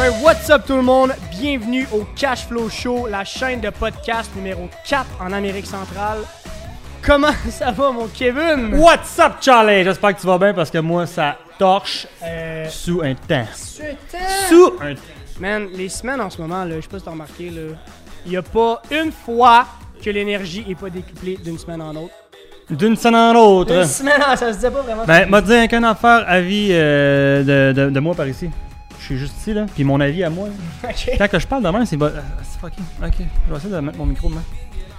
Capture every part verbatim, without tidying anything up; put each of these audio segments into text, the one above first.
Alright, what's up tout le monde? Bienvenue au Cash Flow Show, la chaîne de podcast numéro quatre en Amérique centrale. Comment ça va mon Kevin? What's up Charlie? J'espère que tu vas bien parce que moi ça torche Euh... sous un temps. Sous un temps? Sous un temps. Man, les semaines en ce moment, là, je sais pas si t'as remarqué, là, y a pas une fois que l'énergie est pas décuplée d'une semaine en autre. D'une semaine en l'autre. Une semaine, en... ça se disait pas vraiment. Ben, m'a dit qu'une affaire avis euh, de, de, de moi par ici. Je suis juste ici là, puis mon avis à moi. Là. Ok. Quand que je parle de même, c'est bon. C'est fucking. Ok, je vais essayer de mettre mon micro demain.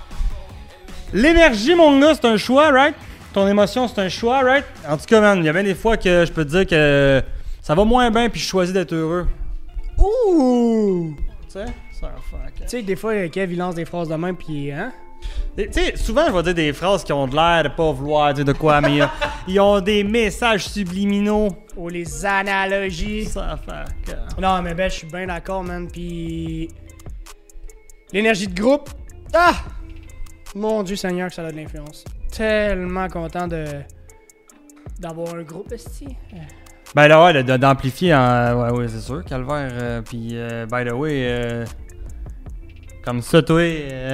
L'énergie, mon gars, c'est un choix, right? Ton émotion, c'est un choix, right? En tout cas, man, il y a bien des fois que je peux te dire que ça va moins bien, puis je choisis d'être heureux. Ouh! Tu sais? C'est un fuck. Tu sais, des fois, Kev, il lance des phrases de même, pis hein? Tu sais, souvent, je vais dire des phrases qui ont de l'air de pas vouloir dire de quoi, mais euh, ils ont des messages subliminaux. Ou les analogies. Ça fait que... Non, mais ben, je suis bien d'accord, man. Puis l'énergie de groupe, ah! Mon Dieu Seigneur que ça a de l'influence. Tellement content de d'avoir un groupe, esti. Ben là, ouais, de- d'amplifier en... Ouais, ouais, c'est sûr, Calvaire. Euh, Puis, euh, by the way, euh, comme ça, toi,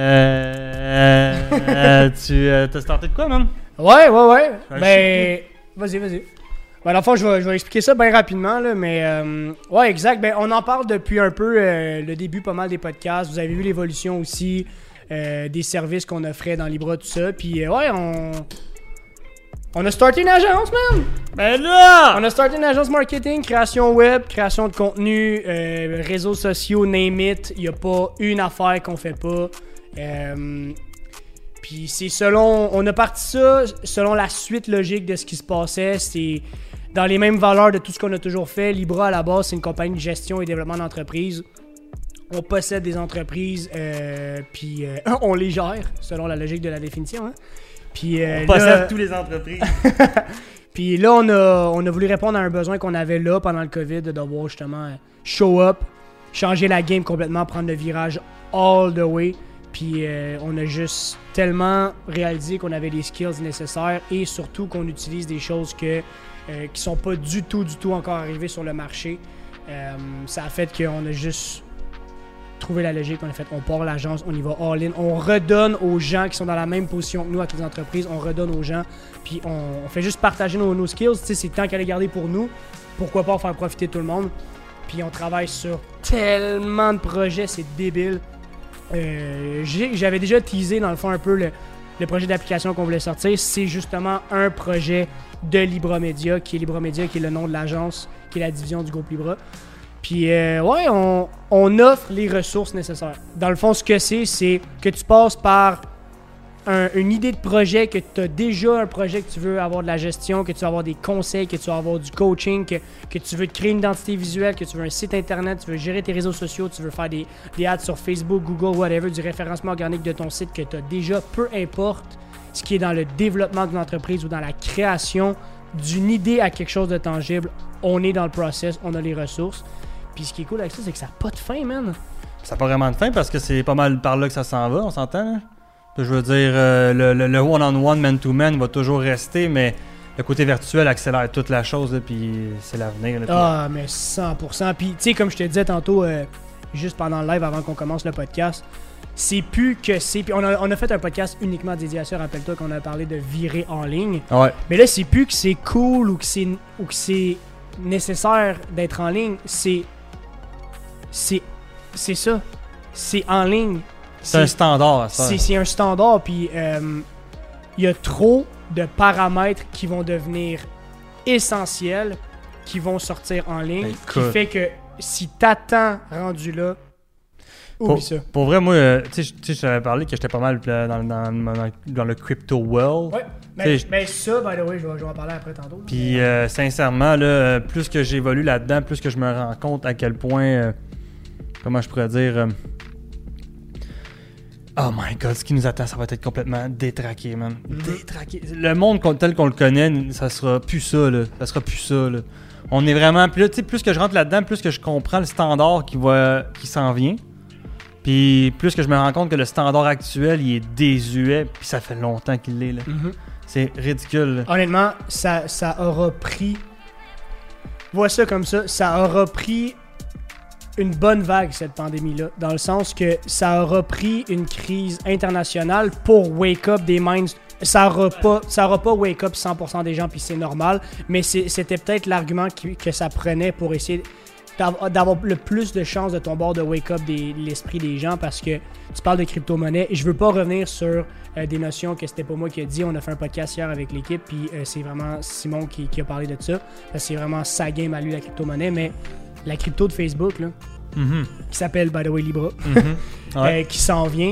euh, euh, tu euh, t'as starté de quoi, man? Ouais, ouais, ouais. Ben, Ben, vas-y, vas-y. Ben, dans le fond, je vais, je vais expliquer ça bien rapidement, là, mais euh, ouais, exact. Ben, on en parle depuis un peu euh, le début, pas mal des podcasts. Vous avez vu l'évolution aussi euh, des services qu'on offrait dans Libra, tout ça. Puis, euh, ouais, on. On a starté une agence, man! Ben là! On a starté une agence marketing, création web, création de contenu, euh, réseaux sociaux, name it. Il n'y a pas une affaire qu'on fait pas. Euh, Puis c'est selon... On a parti ça selon la suite logique de ce qui se passait. C'est dans les mêmes valeurs de tout ce qu'on a toujours fait. Libra, à la base, c'est une compagnie de gestion et développement d'entreprises. On possède des entreprises, euh, puis euh, on les gère, selon la logique de la définition. Hein. Puis, euh, On possède là... toutes les entreprises. Puis là, on a, on a voulu répondre à un besoin qu'on avait là pendant le COVID, de devoir justement show up, changer la game complètement, prendre le virage all the way. Puis euh, on a juste tellement réalisé qu'on avait les skills nécessaires et surtout qu'on utilise des choses que, euh, qui sont pas du tout, du tout encore arrivées sur le marché. Euh, ça a fait qu'on a juste trouvé la logique, on a fait, on part l'agence, on y va all-in, on redonne aux gens qui sont dans la même position que nous avec les entreprises, on redonne aux gens, puis on, on fait juste partager nos, nos skills, tu sais, c'est tant qu'à les garder pour nous, pourquoi pas en faire profiter tout le monde, puis on travaille sur tellement de projets, c'est débile. Euh, j'ai, j'avais déjà teasé dans le fond un peu le, le projet d'application qu'on voulait sortir, c'est justement un projet de Libra Media, qui est Libra Media, qui est le nom de l'agence, qui est la division du groupe Libra. Puis, euh, ouais, on, on offre les ressources nécessaires. Dans le fond, ce que c'est, c'est que tu passes par un, une idée de projet, que tu as déjà un projet, que tu veux avoir de la gestion, que tu veux avoir des conseils, que tu veux avoir du coaching, que, que tu veux te créer une identité visuelle, que tu veux un site internet, tu veux gérer tes réseaux sociaux, tu veux faire des, des ads sur Facebook, Google, whatever, du référencement organique de ton site que tu as déjà, peu importe ce qui est dans le développement d'une entreprise ou dans la création d'une idée à quelque chose de tangible, on est dans le process, on a les ressources. Puis ce qui est cool avec ça, c'est que ça n'a pas de fin, man. Ça n'a pas vraiment de fin parce que c'est pas mal par là que ça s'en va, on s'entend, là? Je veux dire, euh, le, le, le one-on-one, man-to-man va toujours rester, mais le côté virtuel accélère toute la chose, là, puis c'est l'avenir. Là, puis... Ah, mais cent pour cent. Puis, tu sais, comme je te disais tantôt, euh, juste pendant le live, avant qu'on commence le podcast, c'est plus que c'est... Puis on a, on a fait un podcast uniquement dédié à ça, rappelle-toi qu'on a parlé de virer en ligne. Ouais. Mais là, c'est plus que c'est cool ou que c'est, ou que c'est nécessaire d'être en ligne, c'est... C'est, c'est ça. C'est en ligne. C'est, c'est un standard, ça. C'est, c'est un standard, puis il euh, y a trop de paramètres qui vont devenir essentiels, qui vont sortir en ligne, Écoute. qui fait que si t'attends rendu là, oublie Pour, ça. pour vrai, moi, euh, tu sais, je t'avais parlé que j'étais pas mal euh, dans, dans, dans, dans le crypto world. Ouais, mais, T'sais, mais ça, by the way, je vais, je vais en parler après tantôt. Puis euh, sincèrement, là, plus que j'évolue là-dedans, plus que je me rends compte à quel point, euh, comment je pourrais dire, euh, oh my god, ce qui nous attend, ça va être complètement détraqué, man. Mm-hmm. Détraqué. Le monde tel qu'on le connaît, ça sera plus ça, là. Ça sera plus ça, là. On est vraiment... Puis là, tu sais, plus que je rentre là-dedans, plus que je comprends le standard qui, va, qui s'en vient. Puis plus que je me rends compte que le standard actuel, il est désuet, puis ça fait longtemps qu'il l'est, là. Mm-hmm. C'est ridicule, là. Honnêtement, ça, ça aura pris... Vois ça comme ça, ça aura pris une bonne vague, cette pandémie-là, dans le sens que ça aura pris une crise internationale pour wake up des minds. Ça aura pas, ça aura pas wake up cent pour cent des gens, puis c'est normal, mais c'est, c'était peut-être l'argument qui, que ça prenait pour essayer d'avoir, d'avoir le plus de chances de ton bord de wake up des, l'esprit des gens, parce que tu parles de crypto-monnaie, et je veux pas revenir sur euh, des notions que c'était pas moi qui a dit. On a fait un podcast hier avec l'équipe, puis euh, c'est vraiment Simon qui, qui a parlé de ça, parce que c'est vraiment sa game à lui, la crypto-monnaie, mais la crypto de Facebook, là, mm-hmm. qui s'appelle, by the way, Libra, mm-hmm. ouais. euh, qui s'en vient,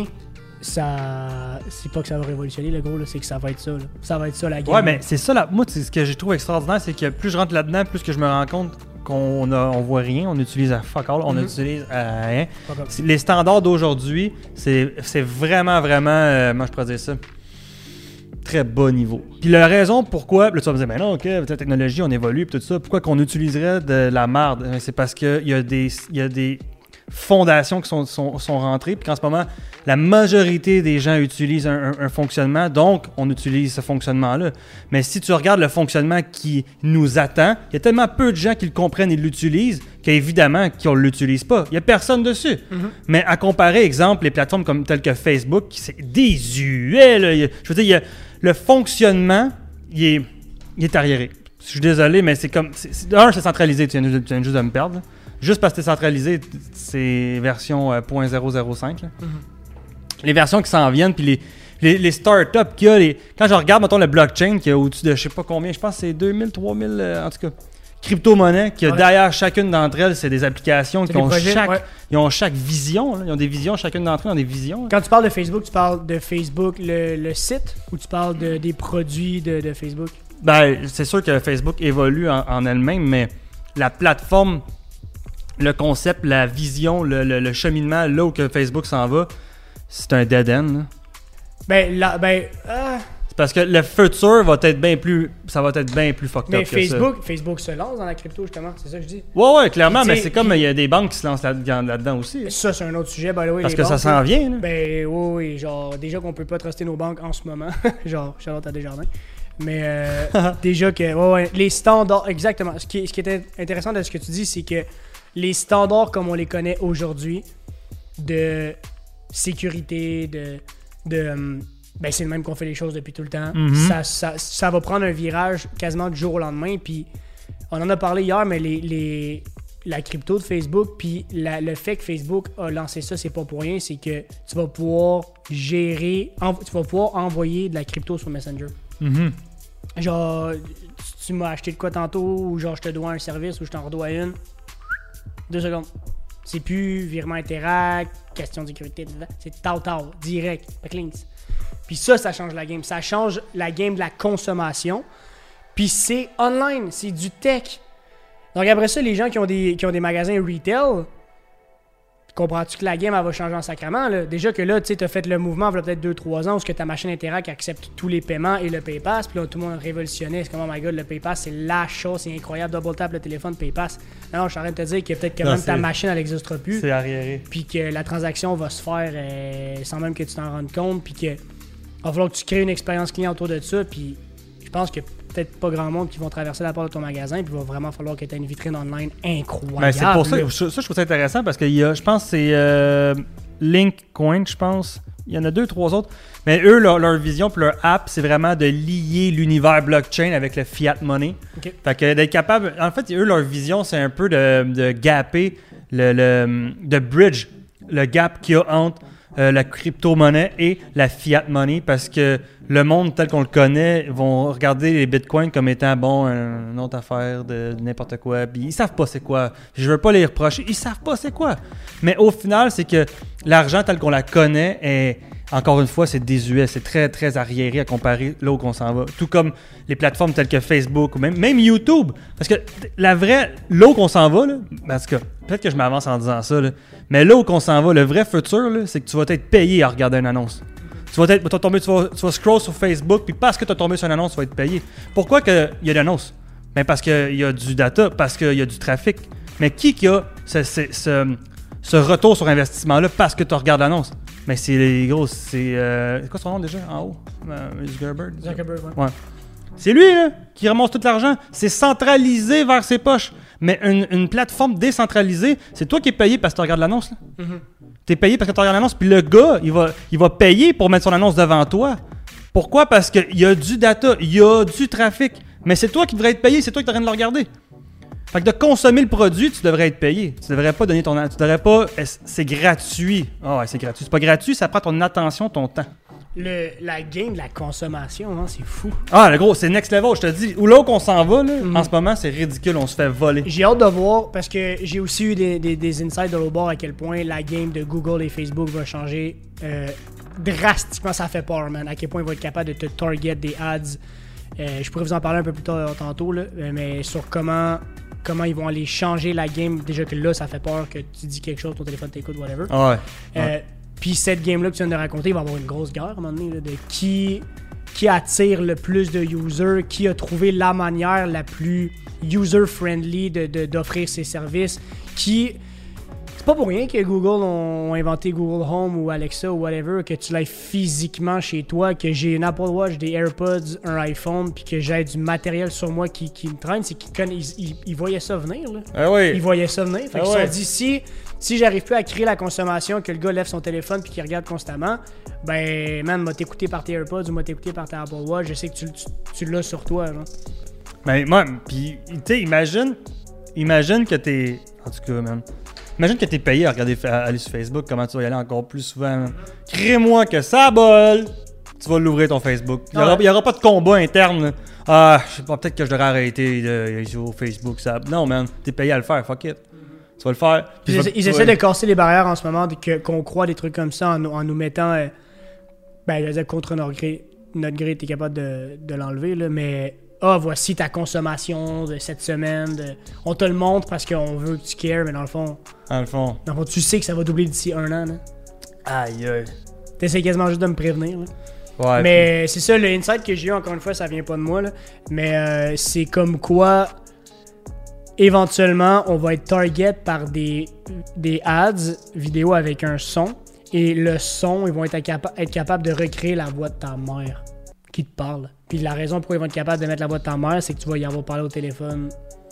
ça... c'est pas que ça va révolutionner, le gros, là, c'est que ça va être ça. Là. Ça va être ça, la game. Ouais, mais c'est ça, là. Moi, c'est ce que j'ai trouvé extraordinaire, c'est que plus je rentre là-dedans, plus que je me rends compte qu'on a, on voit rien, on utilise à fuck all, on mm-hmm. utilise à rien. Les standards d'aujourd'hui, c'est, c'est vraiment, vraiment, euh, comment je pourrais dire ça, très bas niveau. Puis la raison pourquoi, là tu vas me dire, ben non, ok, la technologie, on évolue, puis tout ça, pourquoi qu'on utiliserait de la merde? C'est parce qu'il y a des, il y a des fondations qui sont, sont, sont rentrées, puis qu'en ce moment, la majorité des gens utilisent un, un, un fonctionnement, donc on utilise ce fonctionnement-là. Mais si tu regardes le fonctionnement qui nous attend, il y a tellement peu de gens qui le comprennent et l'utilisent qu'évidemment qu'on ne l'utilise pas. Il n'y a personne dessus. Mm-hmm. Mais à comparer, exemple, les plateformes comme telles que Facebook, c'est désuet, là. Je veux dire, il y a, le fonctionnement, il est, il est arriéré. Je suis désolé, mais c'est comme... C'est, c'est, un, c'est centralisé, tu viens, tu viens juste de me perdre, là. Juste parce que c'est centralisé, c'est version euh, point zéro zéro cinq. Mm-hmm. Les versions qui s'en viennent, puis les, les, les startups qu'il y a, les, quand je regarde, mettons, le blockchain qui est au-dessus de je sais pas combien, je pense que c'est deux mille, trois mille, euh, en tout cas, crypto-monnaies, qui a ouais. derrière chacune d'entre elles, c'est des applications c'est qui ont, projets, chaque, ouais. ils ont chaque vision. Là. Ils ont des visions, chacune d'entre elles ont des visions. Quand tu parles de Facebook, tu parles de Facebook, le, le site, ou tu parles de, des produits de, de Facebook? Ben, c'est sûr que Facebook évolue en, en elle-même, mais la plateforme, le concept, la vision, le, le, le cheminement, là où que Facebook s'en va, c'est un dead end. Là. Ben, là, ben... Euh... C'est parce que le futur va être bien plus... Ça va être bien plus fucked mais up Facebook, que ça. Facebook se lance dans la crypto, justement. C'est ça que je dis. Ouais, ouais, clairement, mais c'est comme pis, il y a des banques qui se lancent là-dedans, là-dedans aussi. Ça, c'est un autre sujet, by the way. Parce que banques, ça s'en vient, là. Ben, oui, oui. Genre, déjà qu'on peut pas truster nos banques en ce moment. Genre, Charlotte à Desjardins. Mais euh, déjà que... Ouais, ouais. Les standards... Exactement. Ce qui, ce qui est intéressant de ce que tu dis, c'est que les standards comme on les connaît aujourd'hui, de sécurité, de... de ben c'est le même qu'on fait les choses depuis tout le temps. Mm-hmm. Ça, ça, ça va prendre un virage quasiment du jour au lendemain. Puis on en a parlé hier, mais les, les, la crypto de Facebook, puis la, le fait que Facebook a lancé ça, c'est pas pour rien, c'est que tu vas pouvoir gérer, en, tu vas pouvoir envoyer de la crypto sur Messenger. Mm-hmm. Genre, tu, tu m'as acheté de quoi tantôt, ou genre je te dois un service, ou je t'en redois une. Deux secondes. C'est plus virement Interact, question de sécurité, c'est tau-tau, direct, clean. Puis ça, ça change la game. Ça change la game de la consommation. Puis c'est online, c'est du tech. Donc après ça, les gens qui ont des, qui ont des magasins retail, comprends-tu que la game, elle va changer en sacrament, là? Déjà que là, tu sais, t'as fait le mouvement il y a peut-être deux trois ans où ce que ta machine Interact accepte tous les paiements et le PayPass. Puis là, tout le monde révolutionnait. C'est comme, oh my god, le PayPass, c'est la chose, c'est incroyable. Double tap le téléphone, PayPass. Non, non, je suis en train de te dire que peut-être que non, même ta machine, elle n'existera plus. C'est arriéré. Puis que la transaction va se faire euh, sans même que tu t'en rendes compte. Puis que il va falloir que tu crées une expérience client autour de ça. Puis je pense que peut-être pas grand monde qui vont traverser la porte de ton magasin. Puis il va vraiment falloir que tu aies une vitrine online incroyable. Ben, c'est pour ça que ça, je trouve ça intéressant parce que y a, je pense que c'est euh, Linkcoin, je pense. Il y en a deux, trois autres. Mais eux, leur, leur vision puis leur app, c'est vraiment de lier l'univers blockchain avec le fiat money. Okay. Fait que d'être capable... En fait, eux, leur vision, c'est un peu de, de gapper, le, le, de bridge le gap qu'il y a entre euh, la crypto-monnaie et la fiat money parce que le monde tel qu'on le connaît vont regarder les bitcoins comme étant, bon, une autre affaire de, de n'importe quoi. Puis ils savent pas c'est quoi. Je veux pas les reprocher. Ils savent pas c'est quoi. Mais au final, c'est que l'argent tel qu'on la connaît est... Encore une fois, c'est désuet, c'est très, très arriéré à comparer là où on s'en va. Tout comme les plateformes telles que Facebook ou même, même YouTube. Parce que la vraie, là où on s'en va, là, parce que peut-être que je m'avance en disant ça, là, mais là où on s'en va, le vrai futur, là, c'est que tu vas être payé à regarder une annonce. Tu vas, être, tu vas, tomber, tu vas, tu vas scroll sur Facebook, puis parce que tu as tombé sur une annonce, tu vas être payé. Pourquoi qu'il y a l'annonce? Ben parce qu'il y a du data, parce qu'il y a du trafic. Mais qui qui a ce, ce, ce, ce retour sur investissement-là parce que tu regardes l'annonce? Mais c'est les gros, c'est... Euh, c'est quoi son nom déjà, en haut? Euh, Zuckerberg? Zuckerberg, ouais. ouais. C'est lui, là, qui ramasse tout l'argent. C'est centralisé vers ses poches. Mais une, une plateforme décentralisée, c'est toi qui es payé parce que tu regardes l'annonce. Là. Mm-hmm. Tu es payé parce que tu regardes l'annonce, puis le gars, il va, il va payer pour mettre son annonce devant toi. Pourquoi? Parce qu'il y a du data, il y a du trafic. Mais c'est toi qui devrais être payé, c'est toi qui devrais le regarder. Fait que de consommer le produit, tu devrais être payé. Tu devrais pas donner ton... Tu devrais pas... C'est gratuit. Ah oh ouais, c'est gratuit. C'est pas gratuit, ça prend ton attention, ton temps. Le, la game de la consommation, hein, c'est fou. Ah, le gros, c'est next level, je te dis. Où là où qu'on s'en va, là, mm-hmm. en ce moment, c'est ridicule, on se fait voler. J'ai hâte de voir, parce que j'ai aussi eu des, des, des insights de l'autre bord à quel point la game de Google et Facebook va changer euh, drastiquement. Ça fait peur, man. À quel point ils vont être capables de te target des ads. Euh, je pourrais vous en parler un peu plus tard tantôt, là, mais sur comment... comment ils vont aller changer la game. Déjà que là, ça fait peur que tu dis quelque chose, ton téléphone t'écoute, whatever. Ah ouais. Euh, ouais. Puis cette game-là que tu viens de raconter, il va y avoir une grosse guerre à un moment donné, là, de qui, qui attire le plus de users, qui a trouvé la manière la plus user-friendly de, de, d'offrir ses services, qui... C'est pas pour rien que Google ont inventé Google Home ou Alexa ou whatever, que tu l'ailles physiquement chez toi, que j'ai une Apple Watch, des AirPods, un iPhone, puis que j'ai du matériel sur moi qui, qui me traîne, c'est qu'ils ils, ils, ils voyaient ça venir. Là. Ah oui. Ils voyaient ça venir. Fait ah qu'ils oui. se sont dit, si, si j'arrive plus à créer la consommation, que le gars lève son téléphone puis qu'il regarde constamment, ben, man, m'a t'écouté par tes AirPods ou m'a t'écouté par ta Apple Watch, je sais que tu, tu, tu l'as sur toi. Genre. Ben, moi, puis, tu sais, imagine, imagine que t'es... En tout cas, man... Imagine que t'es payé à regarder à aller sur Facebook, comment tu vas y aller encore plus souvent. Crée-moi que ça bol! Tu vas l'ouvrir ton Facebook. Il n'y aura, ouais. aura pas de combat interne. Là. Ah, je sais pas, peut-être que je devrais arrêter de jouer au Facebook. Ça. Non, man, t'es payé à le faire, fuck it. Tu vas le faire. Ils, essa- ils essaient de casser les barrières en ce moment, de que, qu'on croit des trucs comme ça en, en nous mettant. Euh, ben, je veux dire, contre notre gré, notre gré, t'es capable de, de l'enlever, là, mais. Ah, voici ta consommation de cette semaine. De... On te le montre parce qu'on veut que tu cares, mais dans le fond. Dans le fond. Dans le fond, tu sais que ça va doubler d'ici un an. Là. Aïe, aïe. T'essaies quasiment juste de me prévenir. Là. Ouais. Mais puis... c'est ça, le insight que j'ai eu, encore une fois, ça vient pas de moi. Là. Mais euh, c'est comme quoi, éventuellement, on va être target par des, des ads vidéo avec un son. Et le son, ils vont être, capa- être capables de recréer la voix de ta mère qui te parle. Puis la raison pourquoi ils vont être capables de mettre la voix de ta mère, c'est que tu vas y avoir parlé au téléphone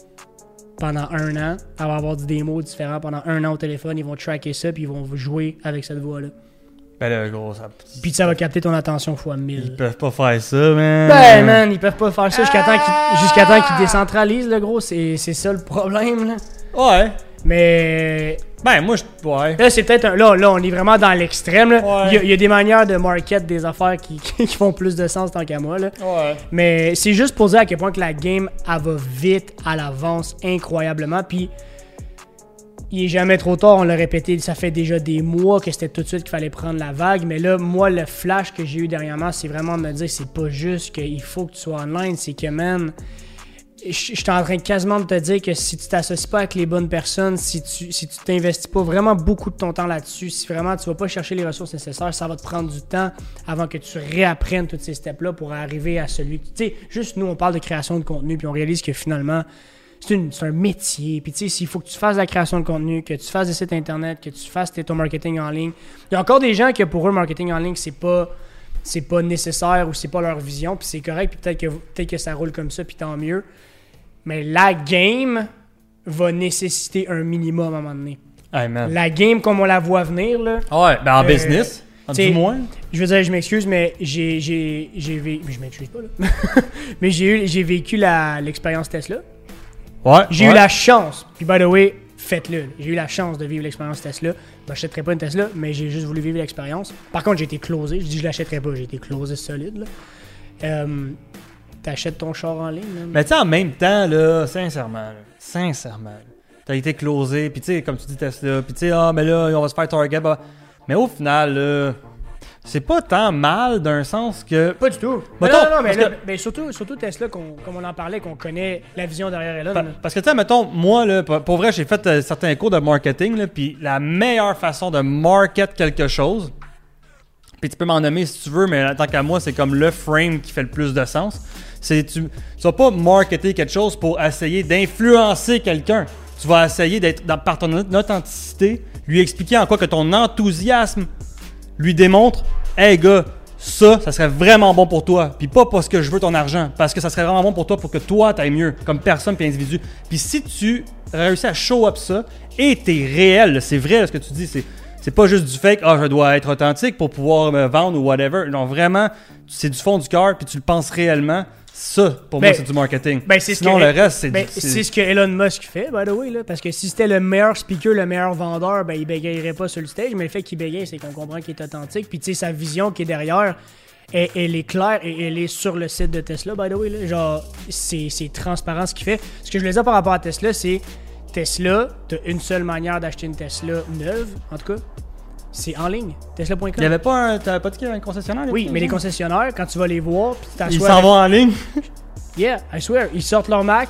pendant un an. Elle va avoir des mots différents pendant un an au téléphone. Ils vont tracker ça, puis ils vont jouer avec cette voix-là. Ben là, gros, ça... Puis ça va capter ton attention fois mille. Ils peuvent pas faire ça, man. Ben, man, ils peuvent pas faire ça jusqu'à temps qu'ils, jusqu'à temps qu'ils décentralisent, le gros. C'est, c'est ça le problème, là. Ouais. Mais... Ben, moi, je... Ouais. Là, c'est peut-être un... Là, là, on est vraiment dans l'extrême, là. Ouais. Il y a, il y a des manières de market des affaires qui, qui font plus de sens tant qu'à moi, là. Ouais. Mais c'est juste pour dire à quel point que la game, elle va vite, elle avance incroyablement. Puis, il est jamais trop tard, on l'a répété, ça fait déjà des mois que c'était tout de suite qu'il fallait prendre la vague. Mais là, moi, le flash que j'ai eu dernièrement, c'est vraiment de me dire, c'est pas juste qu'il faut que tu sois online, c'est que, man... Je suis en train quasiment de te dire que si tu t'associes pas avec les bonnes personnes, si tu si tu t'investis pas vraiment beaucoup de ton temps là-dessus, si vraiment tu vas pas chercher les ressources nécessaires, ça va te prendre du temps avant que tu réapprennes tous ces steps-là pour arriver à celui... Tu sais, juste nous, on parle de création de contenu, puis on réalise que finalement, c'est, une, c'est un métier. Puis tu sais, s'il faut que tu fasses la création de contenu, que tu fasses des sites internet, que tu fasses ton marketing en ligne, il y a encore des gens que pour eux, le marketing en ligne, c'est pas... c'est pas nécessaire ou c'est pas leur vision, puis c'est correct, puis peut-être que, peut-être que ça roule comme ça, puis tant mieux. Mais la game va nécessiter un minimum à un moment donné. Hey, man. La game, comme on la voit venir, là... Ouais, ben en euh, business, du moins. Je veux dire, je m'excuse, mais j'ai... j'ai, j'ai vécu... Je m'excuse pas, là. mais j'ai, eu, j'ai vécu la, l'expérience Tesla. Ouais, J'ai ouais. eu la chance, puis by the way, faites-le. Là. J'ai eu la chance de vivre l'expérience Tesla. Ben, je n'achèterais pas une Tesla, mais j'ai juste voulu vivre l'expérience. Par contre, j'ai été closé. Je dis je l'achèterais pas, j'ai été closé solide, là. Euh... T'achètes ton char en ligne, là. Mais tu sais, en même temps, là, sincèrement, là, sincèrement, là, t'as été closé, puis tu sais, comme tu dis Tesla, puis tu sais, ah, mais là, on va se faire target. Bah. Mais au final, là, c'est pas tant mal d'un sens que. Pas du tout. Mettons, non, non, non, mais, là, que... mais surtout, surtout Tesla, qu'on, comme on en parlait, qu'on connaît la vision derrière elle. Pa- parce que tu sais, mettons, moi, là, pour vrai, j'ai fait euh, certains cours de marketing, là, puis la meilleure façon de market quelque chose, puis tu peux m'en nommer si tu veux, mais tant qu'à moi, c'est comme le frame qui fait le plus de sens. C'est tu, tu vas pas marketer quelque chose pour essayer d'influencer quelqu'un. Tu vas essayer d'être dans, par ton authenticité, lui expliquer en quoi que ton enthousiasme lui démontre « Hey gars, ça, ça serait vraiment bon pour toi. Puis pas parce que je veux ton argent, parce que ça serait vraiment bon pour toi pour que toi, t'ailles mieux, comme personne puis individu. Puis si tu réussis à show up ça, et t'es réel, là, c'est vrai là, ce que tu dis, c'est, c'est pas juste du fake, ah, je dois être authentique pour pouvoir me vendre ou whatever. Non, vraiment, c'est du fond du cœur, puis tu le penses réellement. Ça, pour ben, moi, c'est du marketing. Ben, c'est Sinon, ce que, le reste, c'est ben, du... C'est... c'est ce que Elon Musk fait, by the way, là, parce que si c'était le meilleur speaker, le meilleur vendeur, ben, il bégayerait pas sur le stage, mais le fait qu'il bégaye, c'est qu'on comprend qu'il est authentique, puis tu sais, sa vision qui est derrière, elle, elle est claire et elle est sur le site de Tesla, by the way, là. Genre, c'est, c'est transparent ce qu'il fait. Ce que je voulais dire par rapport à Tesla, c'est Tesla, t'as une seule manière d'acheter une Tesla neuve, en tout cas, c'est en ligne, tesla point com. Il y avait pas un... T'avais pas dit qu'il y avait un concessionnaire? Oui, mais les concessionnaires, quand tu vas les voir, puis ils s'en vont en ligne? Yeah, I swear. Ils sortent leur Mac,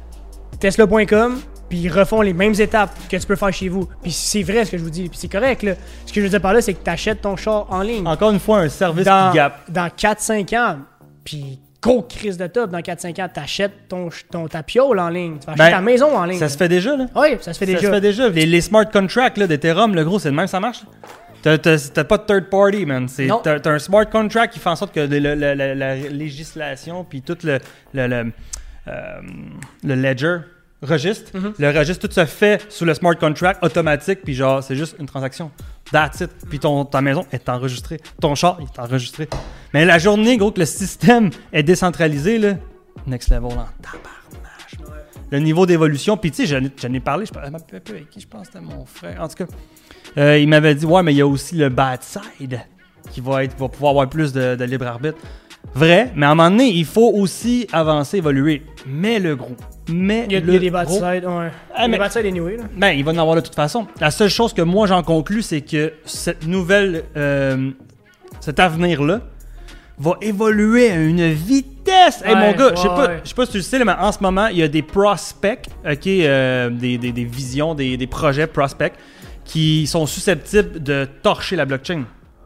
tesla point com, puis ils refont les mêmes étapes que tu peux faire chez vous. Puis c'est vrai ce que je vous dis, puis c'est correct, là. Ce que je veux dire par là, c'est que tu achètes ton char en ligne. Encore une fois, un service dans, qui gap. Dans quatre cinq ans, puis gros crise de top, dans quatre cinq ans, tu achètes ton, ton, ta piole en ligne. Tu vas acheter ben, ta maison en ligne. Ça là. se fait déjà, là. Oui, ça se fait ça déjà. Ça se fait déjà. Les, les smart contracts là, d'Ethereum, le gros, c'est le même, ça marche, là. T'as, t'as, t'as pas de third party, man. C'est, t'as, t'as un smart contract qui fait en sorte que le, le, le, la, la législation puis tout le, le, le, euh, le ledger registre, mm-hmm. le registre, tout se fait sous le smart contract automatique, puis genre, c'est juste une transaction. That's it. Puis ton, ta maison est enregistrée. Ton char est enregistré. Mais la journée, gros, que le système est décentralisé, là, next level, là, tabarnache. Le niveau d'évolution, puis tu sais, j'en, j'en ai parlé, je sais pas avec qui, je pense que c'était mon frère. En tout cas, Euh, il m'avait dit, ouais, mais il y a aussi le bad side qui va, être, va pouvoir avoir plus de, de libre arbitre. Vrai, mais à un moment donné, il faut aussi avancer, évoluer. Mais le gros. Mais il y a, le il y a des bad gros, sides, ouais. Ah, des bad sides anyway, là. Ben, il va en avoir de toute façon. La seule chose que moi j'en conclus, c'est que cette nouvelle, euh, cet avenir-là va évoluer à une vitesse. Ouais, hey, mon gars, ouais, je sais pas, ouais. je sais pas si tu le sais, là, mais en ce moment, il y a des prospects, ok, euh, des, des, des visions, des, des projets prospects qui sont susceptibles de torcher la blockchain.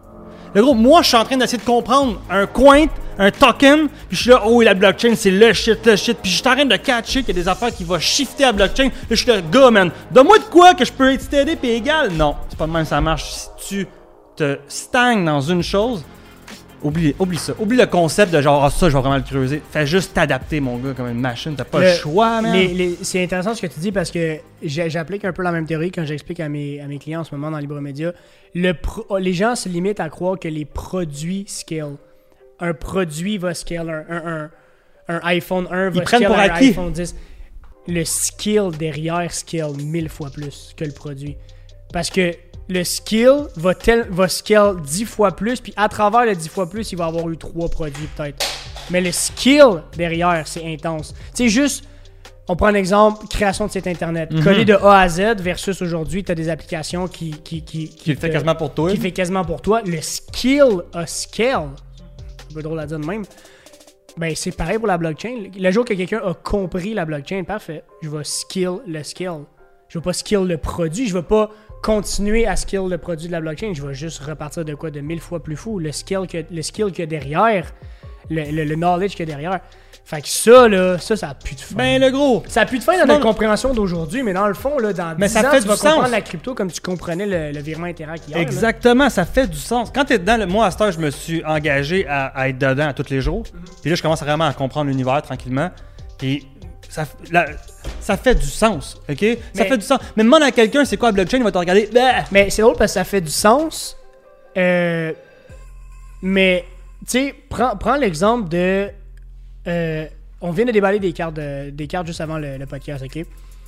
Le gros, moi, je suis en train d'essayer de comprendre un coin, un token, puis je suis là, oh, la blockchain, c'est le shit, le shit, puis je suis en train de catcher qu'il y a des affaires qui vont shifter à la blockchain. Là, je suis là, gars, man, donne-moi de quoi que je peux être t'aider puis égal. Non, c'est pas de même ça marche. Si tu te stagnes dans une chose, Oublie, oublie ça. Oublie le concept de genre, ah, ça, je vais vraiment le creuser. Fais juste t'adapter, mon gars, comme une machine. T'as pas le, le choix, man. Les, les, c'est intéressant ce que tu dis parce que j'applique un peu la même théorie quand j'explique à mes, à mes clients en ce moment dans Libremedia. Le pro, les gens se limitent à croire que les produits scale. Un produit va scale. Un, un, un, un iPhone un va Ils scale pour un acquis. iPhone dix. Le skill derrière scale mille fois plus que le produit. Parce que le skill va, tel, va scale dix fois plus, puis à travers le dix fois plus, il va avoir eu trois produits peut-être. Mais le skill derrière, c'est intense. Tu sais, juste, on prend un exemple, création de site internet. Mm-hmm. Coller de A à Z versus aujourd'hui, tu as des applications qui... Qui, qui, qui, qui le fait quasiment pour toi. Qui fait quasiment pour toi. Le skill a scale. C'est un peu drôle à dire de même. Ben, c'est pareil pour la blockchain. Le jour que quelqu'un a compris la blockchain, parfait. Je vais skill le skill. Je vais pas skill le produit. Je vais pas continuer à skill le produit de la blockchain. Je vais juste repartir de quoi de mille fois plus fou. Le skill que, le skill qu'il y a derrière, le, le, le knowledge qu'il y a derrière. Fait que ça, là, ça, ça a plus de fin. Ben, le gros. Ça a plus de fin dans notre compréhension d'aujourd'hui, mais dans le fond, là, dans mais dix ça ans, fait tu du vas sens. comprendre la crypto comme tu comprenais le, le virement Interac hier. Exactement, là. Ça fait du sens. Quand t'es dedans, le, moi, à cette heure, je me suis engagé à, à être dedans à tous les jours. Mm-hmm. Puis là, je commence vraiment à comprendre l'univers tranquillement. Puis ça, la, ça fait du sens, OK? Mais, ça fait du sens. Mais demande à quelqu'un, c'est quoi la blockchain, il va te regarder. Bah! Mais c'est drôle parce que ça fait du sens. Euh, mais, tu sais, prends, prends l'exemple de... Euh, on vient de déballer des cartes, de, des cartes juste avant le, le podcast, OK?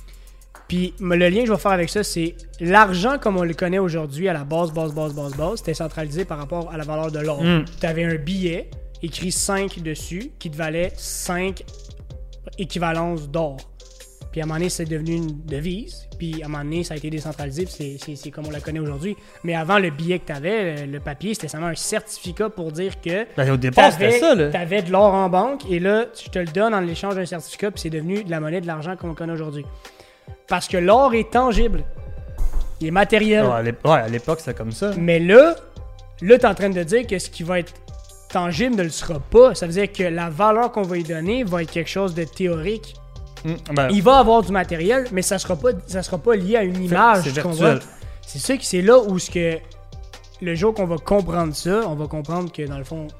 Puis le lien que je vais faire avec ça, c'est l'argent comme on le connaît aujourd'hui à la base, base, base, base, base, c'était centralisé par rapport à la valeur de l'or. Mm. Tu avais un billet écrit cinq dessus qui te valait cinq équivalences d'or. Puis à un moment donné, c'est devenu une devise. Puis à un moment donné, ça a été décentralisé. Puis c'est, c'est, c'est comme on la connaît aujourd'hui. Mais avant, le billet que tu avais, le, le papier, c'était seulement un certificat pour dire que ben, au départ, c'était ça, là. Tu avais de l'or en banque. Et là, je te le donne en échange d'un certificat. Puis c'est devenu de la monnaie, de l'argent qu'on connaît aujourd'hui. Parce que l'or est tangible. Il est matériel. Ouais, à l'époque, ouais, à l'époque c'était comme ça. Mais là, là, tu es en train de dire que ce qui va être tangible ne le sera pas. Ça veut dire que la valeur qu'on va lui donner va être quelque chose de théorique. Mmh, ben, il va avoir du matériel, mais ça sera pas, ça sera pas lié à une image. C'est virtuel. C'est ça que c'est là où ce que le jour qu'on va comprendre ça, on va comprendre que dans le fond,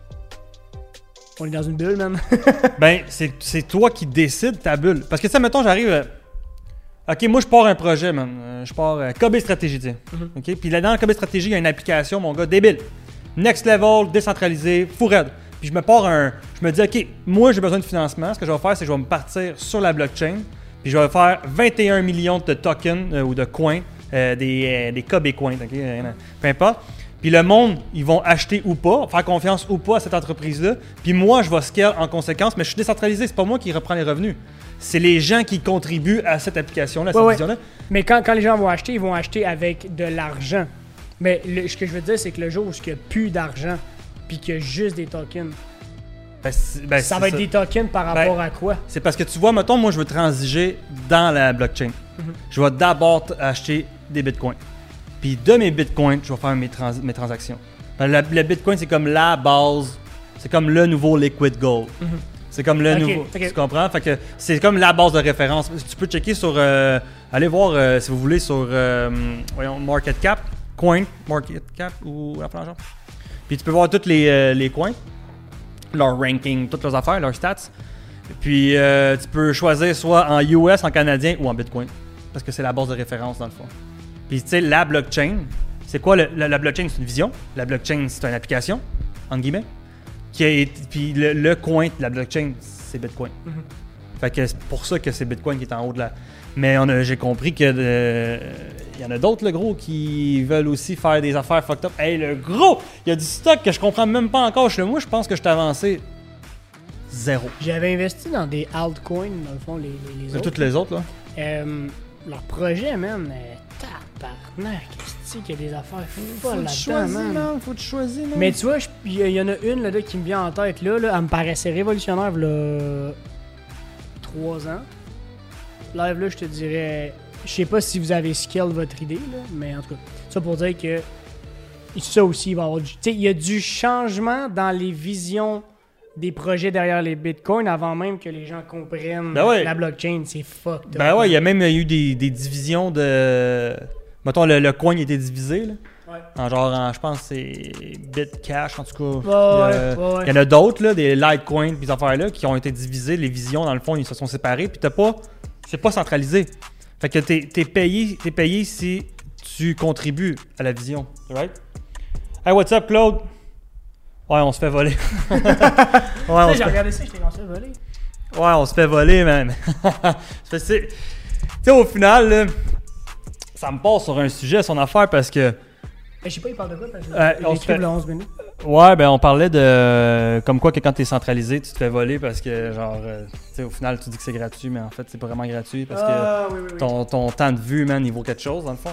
on est dans une bulle, man. Ben, c'est, c'est toi qui décides ta bulle. Parce que ça, mettons, j'arrive. euh, Ok, moi, je pars un projet, man. Euh, je pars euh, Kobe Stratégie, tiens. Mhm. Ok, puis là, dans Kobe Stratégie, il y a une application, mon gars, débile. Next level, décentralisé, fou raide. Puis je me pars un. Je me dis, ok, moi, j'ai besoin de financement. Ce que je vais faire, c'est que je vais me partir sur la blockchain. Puis je vais faire vingt et un millions de tokens euh, ou de coins, euh, des, euh, des Kobe coins, ok, euh, peu importe. Puis le monde, ils vont acheter ou pas, faire confiance ou pas à cette entreprise-là. Puis moi, je vais scale en conséquence, mais je suis décentralisé. C'est pas moi qui reprends les revenus. C'est les gens qui contribuent à cette application-là, à Ouais, cette ouais. vision-là. Mais quand, quand les gens vont acheter, ils vont acheter avec de l'argent. Mais le- ce que je veux dire, c'est que le jour où il n'y a plus d'argent, puis qu'il y a juste des tokens, Ben, c'est- ben, ça c'est va être des tokens par rapport Ben, à quoi? C'est parce que tu vois, mettons, moi, je veux transiger dans la blockchain. Mhm. Je vais d'abord t- acheter des bitcoins. Puis de mes bitcoins, je vais faire mes, trans- mes transactions. Ben, la- le bitcoin, c'est comme la base. C'est comme le nouveau liquid gold. Mhm. C'est comme le Ok, nouveau. ok. Tu comprends? Fait que c'est comme la base de référence. Tu peux checker sur. euh, allez voir, euh, si vous voulez, sur euh, voyons, Market Cap, Coin, Market Cap ou la planche. Puis tu peux voir tous les, euh, les coins, leur ranking, toutes leurs affaires, leurs stats. Puis euh, tu peux choisir soit en U S, en canadien ou en Bitcoin. Parce que c'est la base de référence dans le fond. Puis tu sais, la blockchain, c'est quoi le- la, la blockchain? C'est une vision. La blockchain, c'est une application, entre guillemets. Qui a été- puis le, le coin de la blockchain, c'est Bitcoin. Mhm. Fait que c'est pour ça que c'est Bitcoin qui est en haut de la. Mais on a- j'ai compris que il y en a d'autres, le gros, qui veulent aussi faire des affaires fucked up. Hey, le gros, il y a du stock que je comprends même pas encore. Chez moi, je pense que je t'ai avancé zéro. J'avais investi dans des altcoins, dans le fond, les, les, les De autres. toutes les autres, là. Euh, leur projet, man, euh, tabarnak, qu'est-ce qu'il y a des affaires folles là-dedans, man. Faut te choisir, man. Mais tu vois, je- il y, y en a une là, qui me vient en tête, là, là, elle me paraissait révolutionnaire, là, trois ans. Live, là, je te dirais, je sais pas si vous avez scale votre idée, là, mais en tout cas, ça pour dire que ça aussi, il va y avoir du... Tu sais, il y a du changement dans les visions des projets derrière les bitcoins avant même que les gens comprennent Ben ouais. la blockchain. C'est fucked up. Ben ouais, il y a même eu des, des divisions de. Mettons, le, le coin il était divisé, là. Ouais. En genre, en- je pense que c'est Bitcash, en tout cas. Ouais, il, y a, ouais, ouais, ouais. il y en a d'autres, là, des Litecoin, puis des affaires-là, qui ont été divisées. Les visions, dans le fond, ils se sont séparés, puis t'as pas. C'est pas centralisé. Fait que t'es, t'es, payé, t'es payé si tu contribues à la vision. Right? Hey, what's up, Claude? Ouais, on se fait voler. ouais, Tu on sais, se j'ai fait... regardé ça, j'étais lancé voler. ouais, on se fait voler, man. C'est- c'est- Tu sais, au final, là, ça me passe sur un sujet, son affaire, parce que. Mais je sais pas, il parle de quoi parce que Euh, j'ai on se écrit fait- le onze minutes. Ouais, ben on parlait de comme quoi que quand t'es centralisé, tu te fais voler parce que genre euh, tu sais au final tu dis que c'est gratuit mais en fait c'est pas vraiment gratuit parce Ah, oui, oui, que oui. ton, ton temps de vue man il vaut quelque chose dans le fond.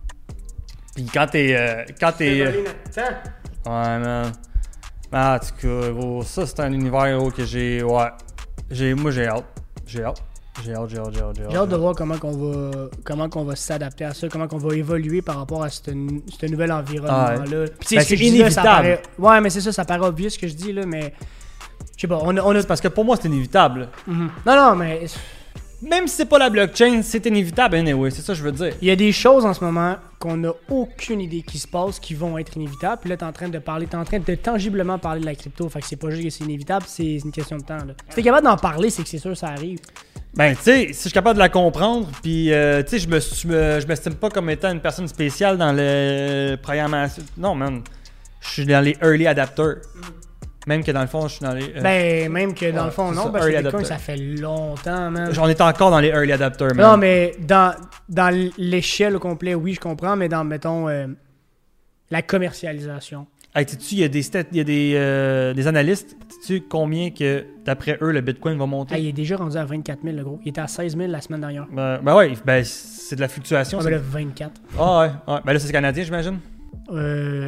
Puis quand t'es euh, quand t'es Fais euh, voler notre temps. ouais man. Ah, en tout cas, gros, ça c'est un univers gros, que j'ai ouais. J'ai moi j'ai hâte. J'ai hâte. J'ai hâte, j'ai hâte, j'ai hâte, j'ai hâte. J'ai hâte de voir comment qu'on va comment qu'on va s'adapter à ça, comment qu'on va évoluer par rapport à ce nouvel environnement-là. Ah ouais. Puis, tu sais, Ben, ce que c'est je dis là, ça inévitable. paraît- Ouais, mais c'est ça, ça paraît obvious ce que je dis là, mais je sais pas, on a, on a... C'est parce que pour moi c'est inévitable. Mhm. Non, non, mais Même si c'est pas la blockchain, c'est inévitable anyway, c'est ça que je veux dire. il y a des choses en ce moment qu'on n'a aucune idée qui se passent, qui vont être inévitables. Puis là, t'es en train de parler, t'es en train de tangiblement parler de la crypto. Fait que c'est pas juste que c'est inévitable, c'est une question de temps. Là. Si t'es capable d'en parler, c'est que c'est sûr ça arrive. Ben, tu sais, si je suis capable de la comprendre, puis, euh, tu sais, je me, je me, je m'estime pas comme étant une personne spéciale dans le programmation. Non, man. Je suis dans les early adapters. Même que dans le fond, je suis dans les. euh, Ben, même que dans ouais, le fond, c'est non, ça, parce que early Bitcoin, adopter. ça fait longtemps, man. J'en étais encore dans les early adapters, man. Non, mais dans, dans l'échelle au complet, oui, je comprends, mais dans, mettons, euh, la commercialisation. Hey, sais-tu, il y a des, stat- il y a des, euh, des analystes. Sais-tu combien que, d'après eux, le Bitcoin va monter? Ah, il est déjà rendu à vingt-quatre mille, le gros. Il était à seize mille la semaine dernière. Ben, ben ouais, ben, c'est de la fluctuation. Ah, c'est- ben là, vingt-quatre. Ah ouais, ouais. Ben là, c'est canadien, j'imagine. Euh,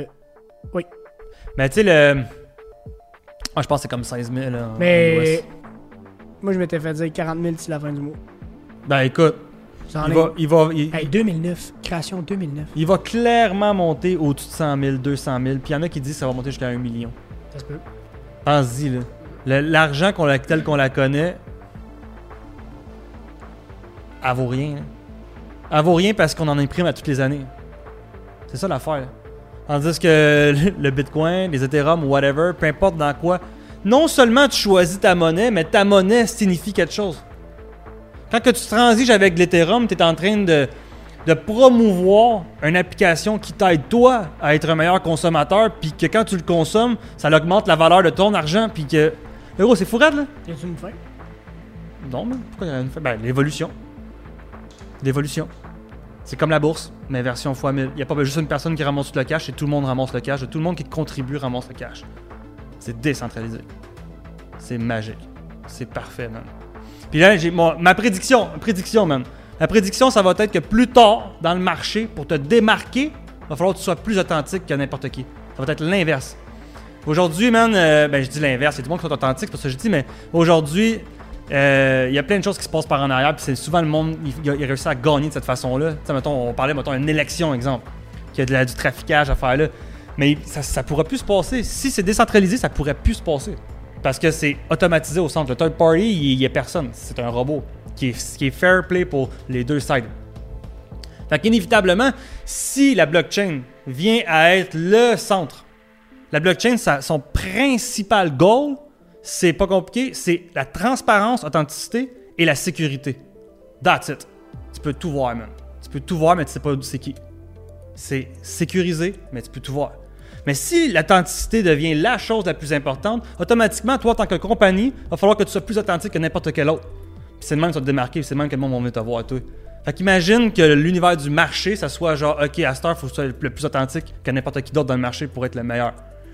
Mais tu sais, le. Ah, je pense que c'est comme seize mille. Là, en mais U S. moi, je m'étais fait dire quarante mille d'ici la fin du mois. Ben écoute, Ça en il est- va, il, va, il, Hey, deux mille neuf, création deux mille neuf. il va clairement monter au-dessus de cent mille, deux cent mille. Puis il y en a qui disent que ça va monter jusqu'à un million. Ça se peut. Pense-y, là. Le- L'argent qu'on la, tel qu'on la connaît, elle vaut rien. Là. Elle vaut rien parce qu'on en imprime à toutes les années. C'est ça l'affaire. Là. Tandis que le Bitcoin, les Ethereum, whatever, peu importe dans quoi, non seulement tu choisis ta monnaie, mais ta monnaie signifie quelque chose. Quand que tu transiges avec l'Ethereum, tu es en train de, de promouvoir une application qui t'aide toi à être un meilleur consommateur, puis que quand tu le consommes, ça augmente la valeur de ton argent, puis que... Le gros, c'est fourrade, là? Y a-tu une fin? Non, mais pourquoi il y a une fin? Ben, l'évolution. L'évolution. C'est comme la bourse, mais version fois mille. Il n'y a pas juste une personne qui ramasse le cash, c'est tout le monde ramasse le cash, et tout le monde qui contribue ramasse le cash. C'est décentralisé. C'est magique. C'est parfait, man. Puis là, j'ai mon, ma prédiction, prédiction, man. La prédiction, ça va être que plus tard dans le marché, pour te démarquer, il va falloir que tu sois plus authentique que n'importe qui. Ça va être l'inverse. Aujourd'hui, man, euh, ben je dis l'inverse, il y a tout le monde qui sont authentiques, c'est pas ça que je dis, mais aujourd'hui, il euh, y a plein de choses qui se passent par en arrière, puis c'est souvent le monde, il, il a réussi à gagner de cette façon-là. Tu sais, mettons, on parlait, mettons, d'une élection, exemple, qu'il y a de la, du traficage à faire là. Mais ça, ça pourra plus se passer. Si c'est décentralisé, ça pourrait plus se passer. Parce que c'est automatisé au centre. Le third party, il n'y a personne. C'est un robot qui est, qui est fair play pour les deux sides. Fait qu'inévitablement, si la blockchain vient à être le centre, la blockchain, ça, son principal goal, c'est pas compliqué, c'est la transparence, authenticité et la sécurité. That's it. Tu peux tout voir, man. Tu peux tout voir, mais tu sais pas c'est qui. C'est sécurisé, mais tu peux tout voir. Mais si l'authenticité devient la chose la plus importante, automatiquement, toi, en tant que compagnie, il va falloir que tu sois plus authentique que n'importe quel autre. Puis c'est le même que tu vas te démarquer, puis c'est le même que le monde va venir te voir, toi. Fait qu'imagine que l'univers du marché, ça soit genre, OK, à cette heure, il faut que tu sois le plus authentique que n'importe qui d'autre dans le marché pour être le meilleur.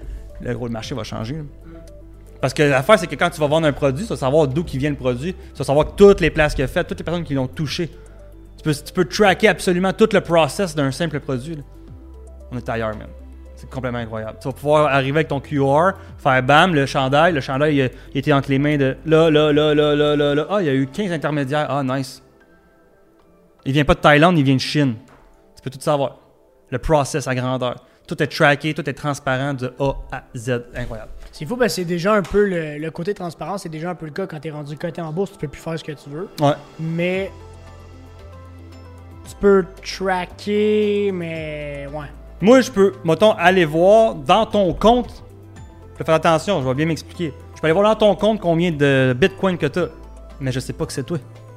Le gros, le marché va changer. Là. Parce que l'affaire, c'est que quand tu vas vendre un produit, tu vas savoir d'où qui vient le produit, tu vas savoir toutes les places qu'il a faites, toutes les personnes qui l'ont touché. Tu peux, tu peux tracker absolument tout le process d'un simple produit. Là. On est ailleurs, même. C'est complètement incroyable. Tu vas pouvoir arriver avec ton Q R, faire bam, le chandail. Le chandail, il, il était entre les mains de là, là, là, là, là, là, là. Ah, il y a eu quinze intermédiaires. Ah, nice. Il vient pas de Thaïlande, il vient de Chine. Tu peux tout savoir. Le process à grandeur. Tout est tracké, tout est transparent de A à Z. Incroyable. C'est fou parce que c'est déjà un peu le, le côté transparent, c'est déjà un peu le cas quand t'es rendu coté en bourse, tu peux plus faire ce que tu veux. Ouais. Mais tu peux tracker, mais ouais. Moi, je peux, mettons, aller voir dans ton compte. Je vais faire attention, je vais bien m'expliquer. Je peux aller voir dans ton compte combien de bitcoin que tu as, mais je sais pas que c'est toi.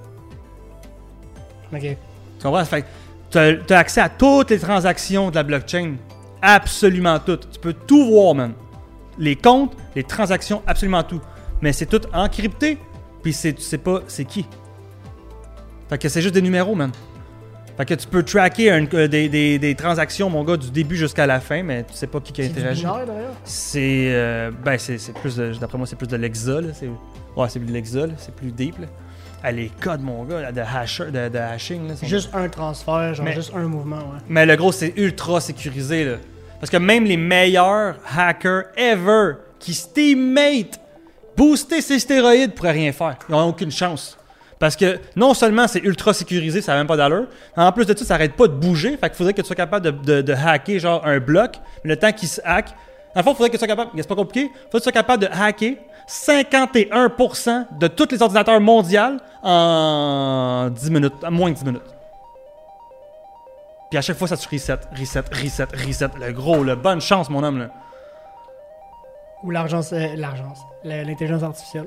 Ok. Tu comprends? Fait que tu as accès à toutes les transactions de la blockchain. Absolument toutes. Tu peux tout voir, man. Les comptes, les transactions, absolument tout. Mais c'est tout encrypté, puis c'est, tu sais pas c'est qui. Fait que c'est juste des numéros, man. Fait que tu peux tracker un, des, des, des transactions, mon gars, du début jusqu'à la fin, mais tu sais pas qui, qui a interagi. C'est du binaire, d'ailleurs? C'est, euh, ben, c'est, c'est plus de, d'après moi, c'est plus de l'Exa, là. C'est, ouais, c'est plus de l'Exa, là. C'est plus deep, là. Ah, les codes, mon gars, là, de, hasher, de, de hashing, là. C'est juste un transfert, genre mais, juste un mouvement, ouais. Mais le gros, c'est ultra sécurisé, là. Parce que même les meilleurs hackers ever qui steammate booster ces stéroïdes pourraient rien faire. Ils n'ont aucune chance. Parce que non seulement c'est ultra sécurisé, ça n'a même pas d'allure, en plus de ça, ça n'arrête pas de bouger. Fait qu'il faudrait que tu sois capable de, de, de hacker genre un bloc. Mais le temps qu'il se hack, en fait, il faudrait que tu sois capable, c'est pas compliqué, il faudrait que tu sois capable de hacker cinquante et un pour cent de tous les ordinateurs mondiaux en dix minutes, en moins de dix minutes. Puis à chaque fois, ça se reset, reset, reset, reset. Le gros, le bonne chance, mon homme, là. Ou l'argence, euh, l'argence, l'intelligence artificielle.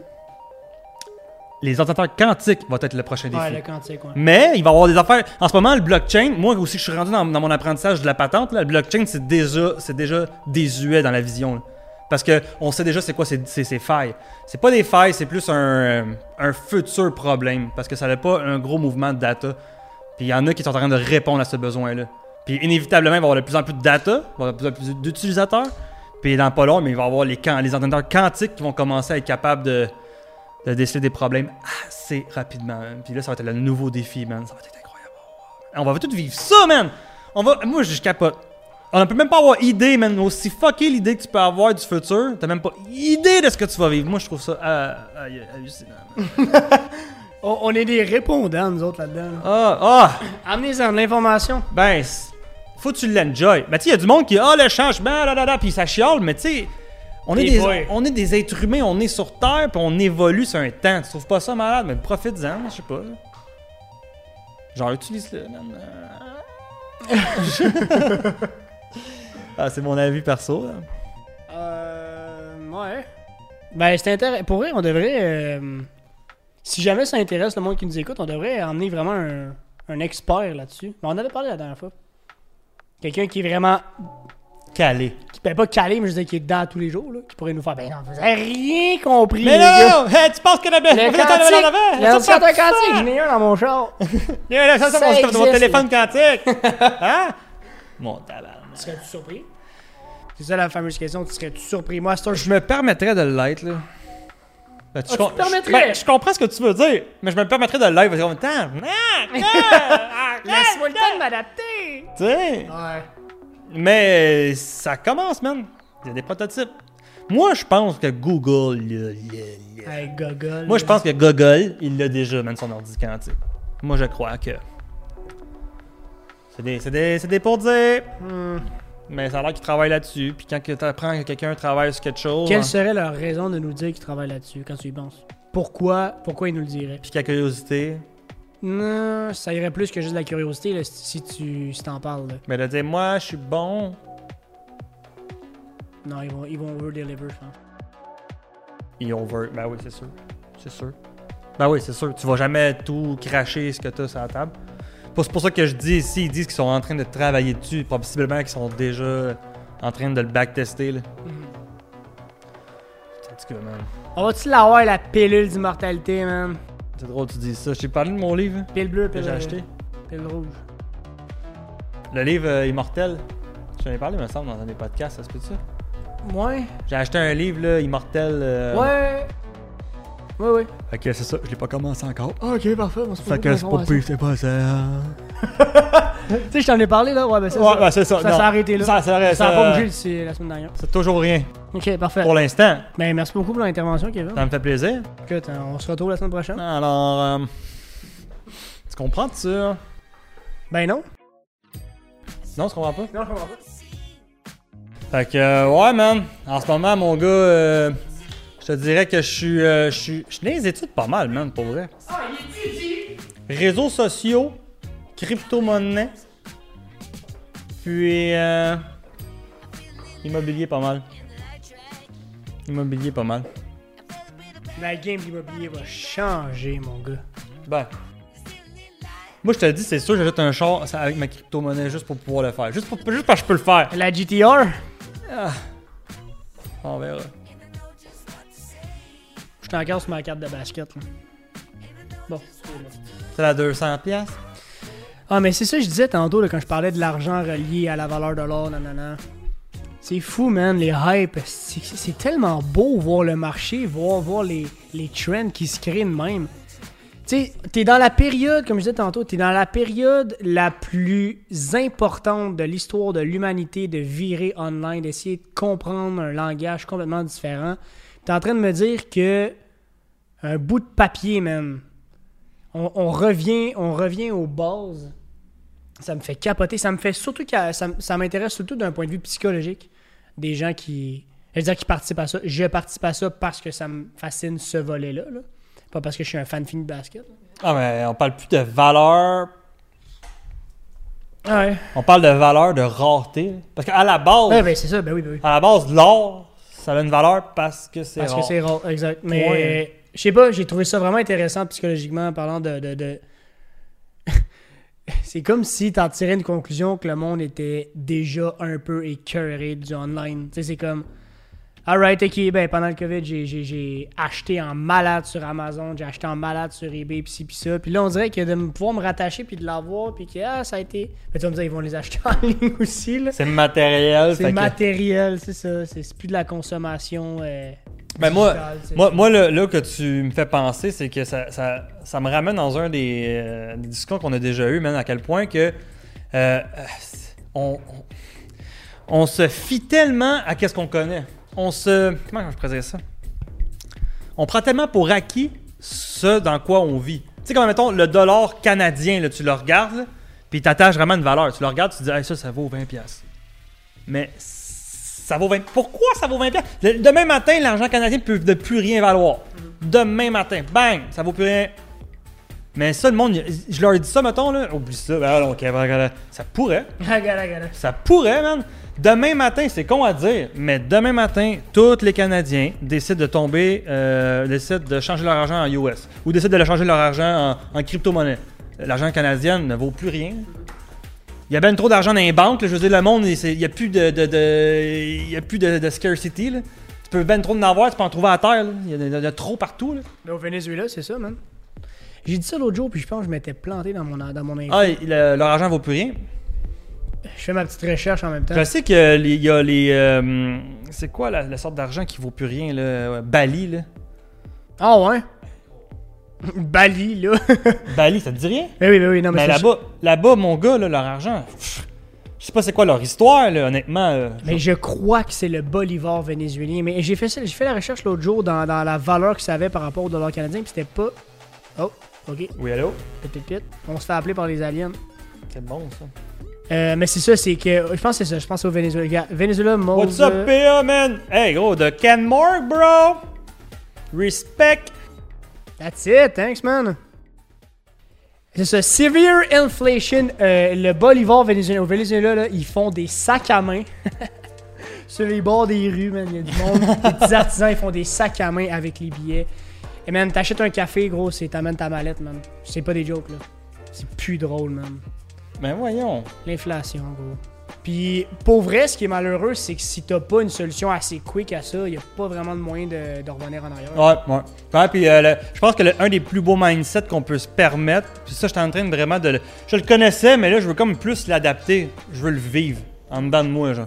Les ordinateurs quantiques vont être le prochain défi. Ouais, le quantique, ouais. Mais il va y avoir des affaires. En ce moment, le blockchain, moi aussi, je suis rendu dans, dans mon apprentissage de la patente. Là, le blockchain, c'est déjà, c'est déjà désuet dans la vision. Là. Parce qu'on sait déjà c'est quoi ces, ces, ces failles. C'est pas des failles, c'est plus un, un futur problème. Parce que ça n'a pas un gros mouvement de data. Puis il y en a qui sont en train de répondre à ce besoin-là. Puis inévitablement, il va y avoir de plus en plus de data, il va y avoir de plus en plus d'utilisateurs. Puis dans pas long, mais il va y avoir les, les ordinateurs quantiques qui vont commencer à être capables de, de déceler des problèmes assez rapidement. Man. Puis là, ça va être le nouveau défi, man. Ça va être incroyable. On va tout vivre ça, man! On va... Moi, je capote. On ne peut même pas avoir idée, man. Aussi fucké l'idée que tu peux avoir du futur, t'as même pas idée de ce que tu vas vivre. Moi, je trouve ça euh, euh, hallucinant, man. on, on est des répondants, nous autres, là-dedans. Ah, ah! Amenez-en de l'information. Ben, faut que tu l'enjoy. Ben, tu sais, il y a du monde qui a ah, le changement, là, là, là, puis ça chiale, mais tu sais, on, est des, on est des êtres humains, on est sur Terre, puis on évolue sur un temps. Tu trouves pas ça malade? Mais profite-en, je sais pas. Genre, utilise-le, man. Ah, c'est mon avis perso. Là. Euh. Ouais. Ben, c'est intéressant. Pour vrai, on devrait. Euh, si jamais ça intéresse le monde qui nous écoute, on devrait emmener vraiment un, un expert là-dessus. Mais on en avait parlé la dernière fois. Quelqu'un qui est vraiment. Calé. Qui peut pas calé, mais je veux dire qui est dedans tous les jours, là. Qui pourrait nous faire. Ben non, vous avez rien compris. Mais les non! Hey, tu penses que la Le quantique! L'ordinateur quantique, j'en ai un dans mon char. Ça, ça, Ça c'est mon existe. téléphone quantique! Hein? Mon tabarnak. Serais-tu surpris? C'est ça la fameuse question. Tu serais-tu surpris? Moi, c'est Je me permettrais de l'être, là. Ben, Ah, tu com- te permettrais? Ben, je comprends ce que tu veux dire, mais je me permettrais de l'être parce qu'en même temps, Laisse-moi le temps de m'adapter! tu sais. Ouais. Mais ça commence, man. Il y a des prototypes. Moi, je pense que Google, là, là, là. Hey, gogol. Moi, je pense que Google, il l'a déjà, man, son ordi quantique. Moi, je crois que. C'est des, c'est des, c'est des pour dire. Hmm. Mais ça a l'air qu'ils travaillent là-dessus. Puis quand tu apprends que quelqu'un travaille sur quelque chose. Quelle hein, serait leur raison de nous dire qu'ils travaillent là-dessus quand tu y penses? Pourquoi? Pourquoi ils nous le diraient? Puis qu'il y a curiosité. Non, ça irait plus que juste de la curiosité là, si tu si t'en parles. Là. Mais de dire, moi, je suis bon. Non, ils vont, ils vont over-deliver, je pense. Ils over. Ben oui, c'est sûr. C'est sûr. Ben oui, c'est sûr. Tu vas jamais tout cracher ce que tu as sur la table. C'est pour ça que je dis ici, ils disent qu'ils sont en train de travailler dessus. Possiblement qu'ils sont déjà en train de le backtester. Là. Mm-hmm. C'est que, man. On va-tu l'avoir, la pilule d'immortalité, man? C'est drôle que tu dises ça. Je t'ai parlé de mon livre hein, Pile bleue, que pile j'ai acheté. Pile rouge. Le livre euh, Immortel. Je t'en ai parlé, me semble, dans un des podcasts. Ça se peut ça? Ouais. J'ai acheté un livre, là, Immortel. Euh... Ouais. Ouais, ouais. Ok, c'est ça. Je l'ai pas commencé encore. Ah, ok, parfait. On se Fait que c'est pas pire, c'est pas ça. Tu sais, je t'en ai parlé, là. Ouais, ben c'est Ouais, ça. ben, c'est ça. Ça Non. s'est arrêté là. Ça, ça, ça, Ça a pas ça- bougé d'ici la semaine dernière. C'est toujours rien. Ok, parfait. Pour l'instant. Ben, merci beaucoup pour l'intervention, Kevin. Ça me fait plaisir. Écoute, hein, on se retrouve la semaine prochaine. Alors, euh, tu comprends ça? Ben non. Non, tu comprends pas? Non, je comprends pas. Fait que, euh, ouais, man. En ce moment, mon gars, euh, je te dirais que je suis. euh, Je suis. Je suis dans les études pas mal, man, pour vrai. Ah, il étudie! Réseaux sociaux, crypto-monnaie, puis. Euh, immobilier pas mal. Immobilier pas mal. La game de l'immobilier va changer, mon gars. Ben. Moi, je te dis, c'est sûr que j'achète un char avec ma crypto-monnaie juste pour pouvoir le faire. Juste, pour, juste parce que je peux le faire. La G T R? Ah. On verra. Je suis encore sur ma carte de basket. Là. Bon. C'est la deux cents piastres. Ah, mais c'est ça que je disais tantôt là, quand je parlais de l'argent relié à la valeur de l'or. Nanana. C'est fou, man, les hypes. C'est, c'est tellement beau voir le marché, voir, voir les, les trends qui se créent de même. Tu sais, t'es dans la période, comme je disais tantôt, t'es dans la période la plus importante de l'histoire de l'humanité de virer online, d'essayer de comprendre un langage complètement différent. T'es en train de me dire que un bout de papier, man, on, on revient, on revient aux bases. Ça me fait capoter. Ça me fait surtout que ça, ça m'intéresse surtout d'un point de vue psychologique. Des gens qui, je veux dire, qui participent à ça. Je participe à ça parce que ça me fascine ce volet-là, là. Pas parce que je suis un fan fini de basket. Là. Ah, mais on parle plus de valeur. Ouais. On parle de valeur, de rareté. Parce qu'à la base, Ouais, ben c'est ça, ben oui, ben oui. à la base, l'or, ça a une valeur parce que c'est Parce rare. que c'est rare, exact. Mais Ouais. je sais pas, j'ai trouvé ça vraiment intéressant psychologiquement en parlant de. de, de... c'est comme si t'en tirais une conclusion que le monde était déjà un peu écœuré du online. Tu sais, c'est comme. Alright, ok, ben pendant le COVID, j'ai, j'ai, j'ai acheté en malade sur Amazon, j'ai acheté en malade sur eBay, pis ci, pis ça. Puis là, on dirait que de me- pouvoir me rattacher puis de l'avoir, puis que ah, ça a été. Mais tu vas me dire, ils vont les acheter en ligne aussi, là. C'est matériel. C'est fait que- matériel, c'est ça. C'est, c'est plus de la consommation. Euh, Ben moi, digitale, c'est moi, ça. moi là, là que tu me fais penser, c'est que ça, ça, ça me ramène dans un des, euh, des discussions qu'on a déjà eu, même à quel point que euh, on, on, on se fie tellement à qu'est-ce qu'on connaît. On se... Comment je pourrais dire ça? On prend tellement pour acquis ce dans quoi on vit. Tu sais, comme mettons, le dollar canadien, là, tu le regardes, là, puis il t'attache vraiment une valeur. Tu le regardes, tu te dis, hey, ça, ça vaut vingt piastres. Mais ça vaut vingt. Pourquoi ça vaut vingt piastres? Le- Demain matin, l'argent canadien ne peut ne plus rien valoir. Demain matin, bang, ça vaut plus rien. Mais ça, le monde, je leur ai dit ça, mettons, là. Oublie ça. Ben alors, okay, ça pourrait. Ça pourrait, man. Demain matin, c'est con à dire, mais demain matin, tous les Canadiens décident de tomber, euh, décident de changer leur argent en U S ou décident de changer leur argent en, en crypto-monnaie. L'argent canadien ne vaut plus rien. Il y a bien trop d'argent dans les banques. Là. Je veux dire, le monde, il n'y a plus de, de, de, il y a plus de, de scarcity. Là. Tu peux bien trop en avoir, tu peux en trouver à terre. Là. Il, y a, il y a trop partout. Là. Mais au Venezuela, c'est ça, man. J'ai dit ça l'autre jour, puis je pense que je m'étais planté dans mon, dans mon info. Ah, le, leur argent vaut plus rien. Je fais ma petite recherche en même temps. Je sais qu'il y a les... Euh, c'est quoi la, la sorte d'argent qui vaut plus rien, là? Bali, là. Ah ouais? Bali, là. Bali, ça te dit rien? Mais oui, mais oui, non, mais, mais là-bas, là-bas, mon gars, là, leur argent... Pff, je sais pas c'est quoi leur histoire, là, honnêtement. Euh, mais je crois que c'est le bolivar vénézuélien. Mais j'ai fait ça, j'ai fait la recherche l'autre jour dans, dans la valeur que ça avait par rapport au dollar canadien, puis c'était pas... Oh, ok. Oui, allô? Pit, pit, pit. On se fait appeler par les aliens. C'est bon, ça. Euh, mais c'est ça, c'est que... Je pense que c'est ça, je pense au Venezuela. Venezuela, Mold... What's up, P A, man? Hey, gros, de Canmore, bro! Respect! That's it, thanks, man. C'est ça, severe inflation. Euh, le bolivar vénézuélien. Au Venezuela, là, ils font des sacs à main. Sur les bords des rues, man. Il y a du monde. Les petits artisans, ils font des sacs à main avec les billets. Et man, t'achètes un café, gros, c'est t'amènes ta mallette, man. C'est pas des jokes, là. C'est plus drôle, man. Ben voyons. L'inflation, gros. Puis, pour vrai, ce qui est malheureux, c'est que si t'as pas une solution assez quick à ça, y a pas vraiment de moyen de, de revenir en arrière. Ouais, ouais. Ouais, puis euh, le- je pense que le- un des plus beaux mindsets qu'on peut se permettre, puis ça, j'étais en train de vraiment de le... Je le connaissais, mais là, je veux comme plus l'adapter. Je veux le vivre en dedans de moi, genre.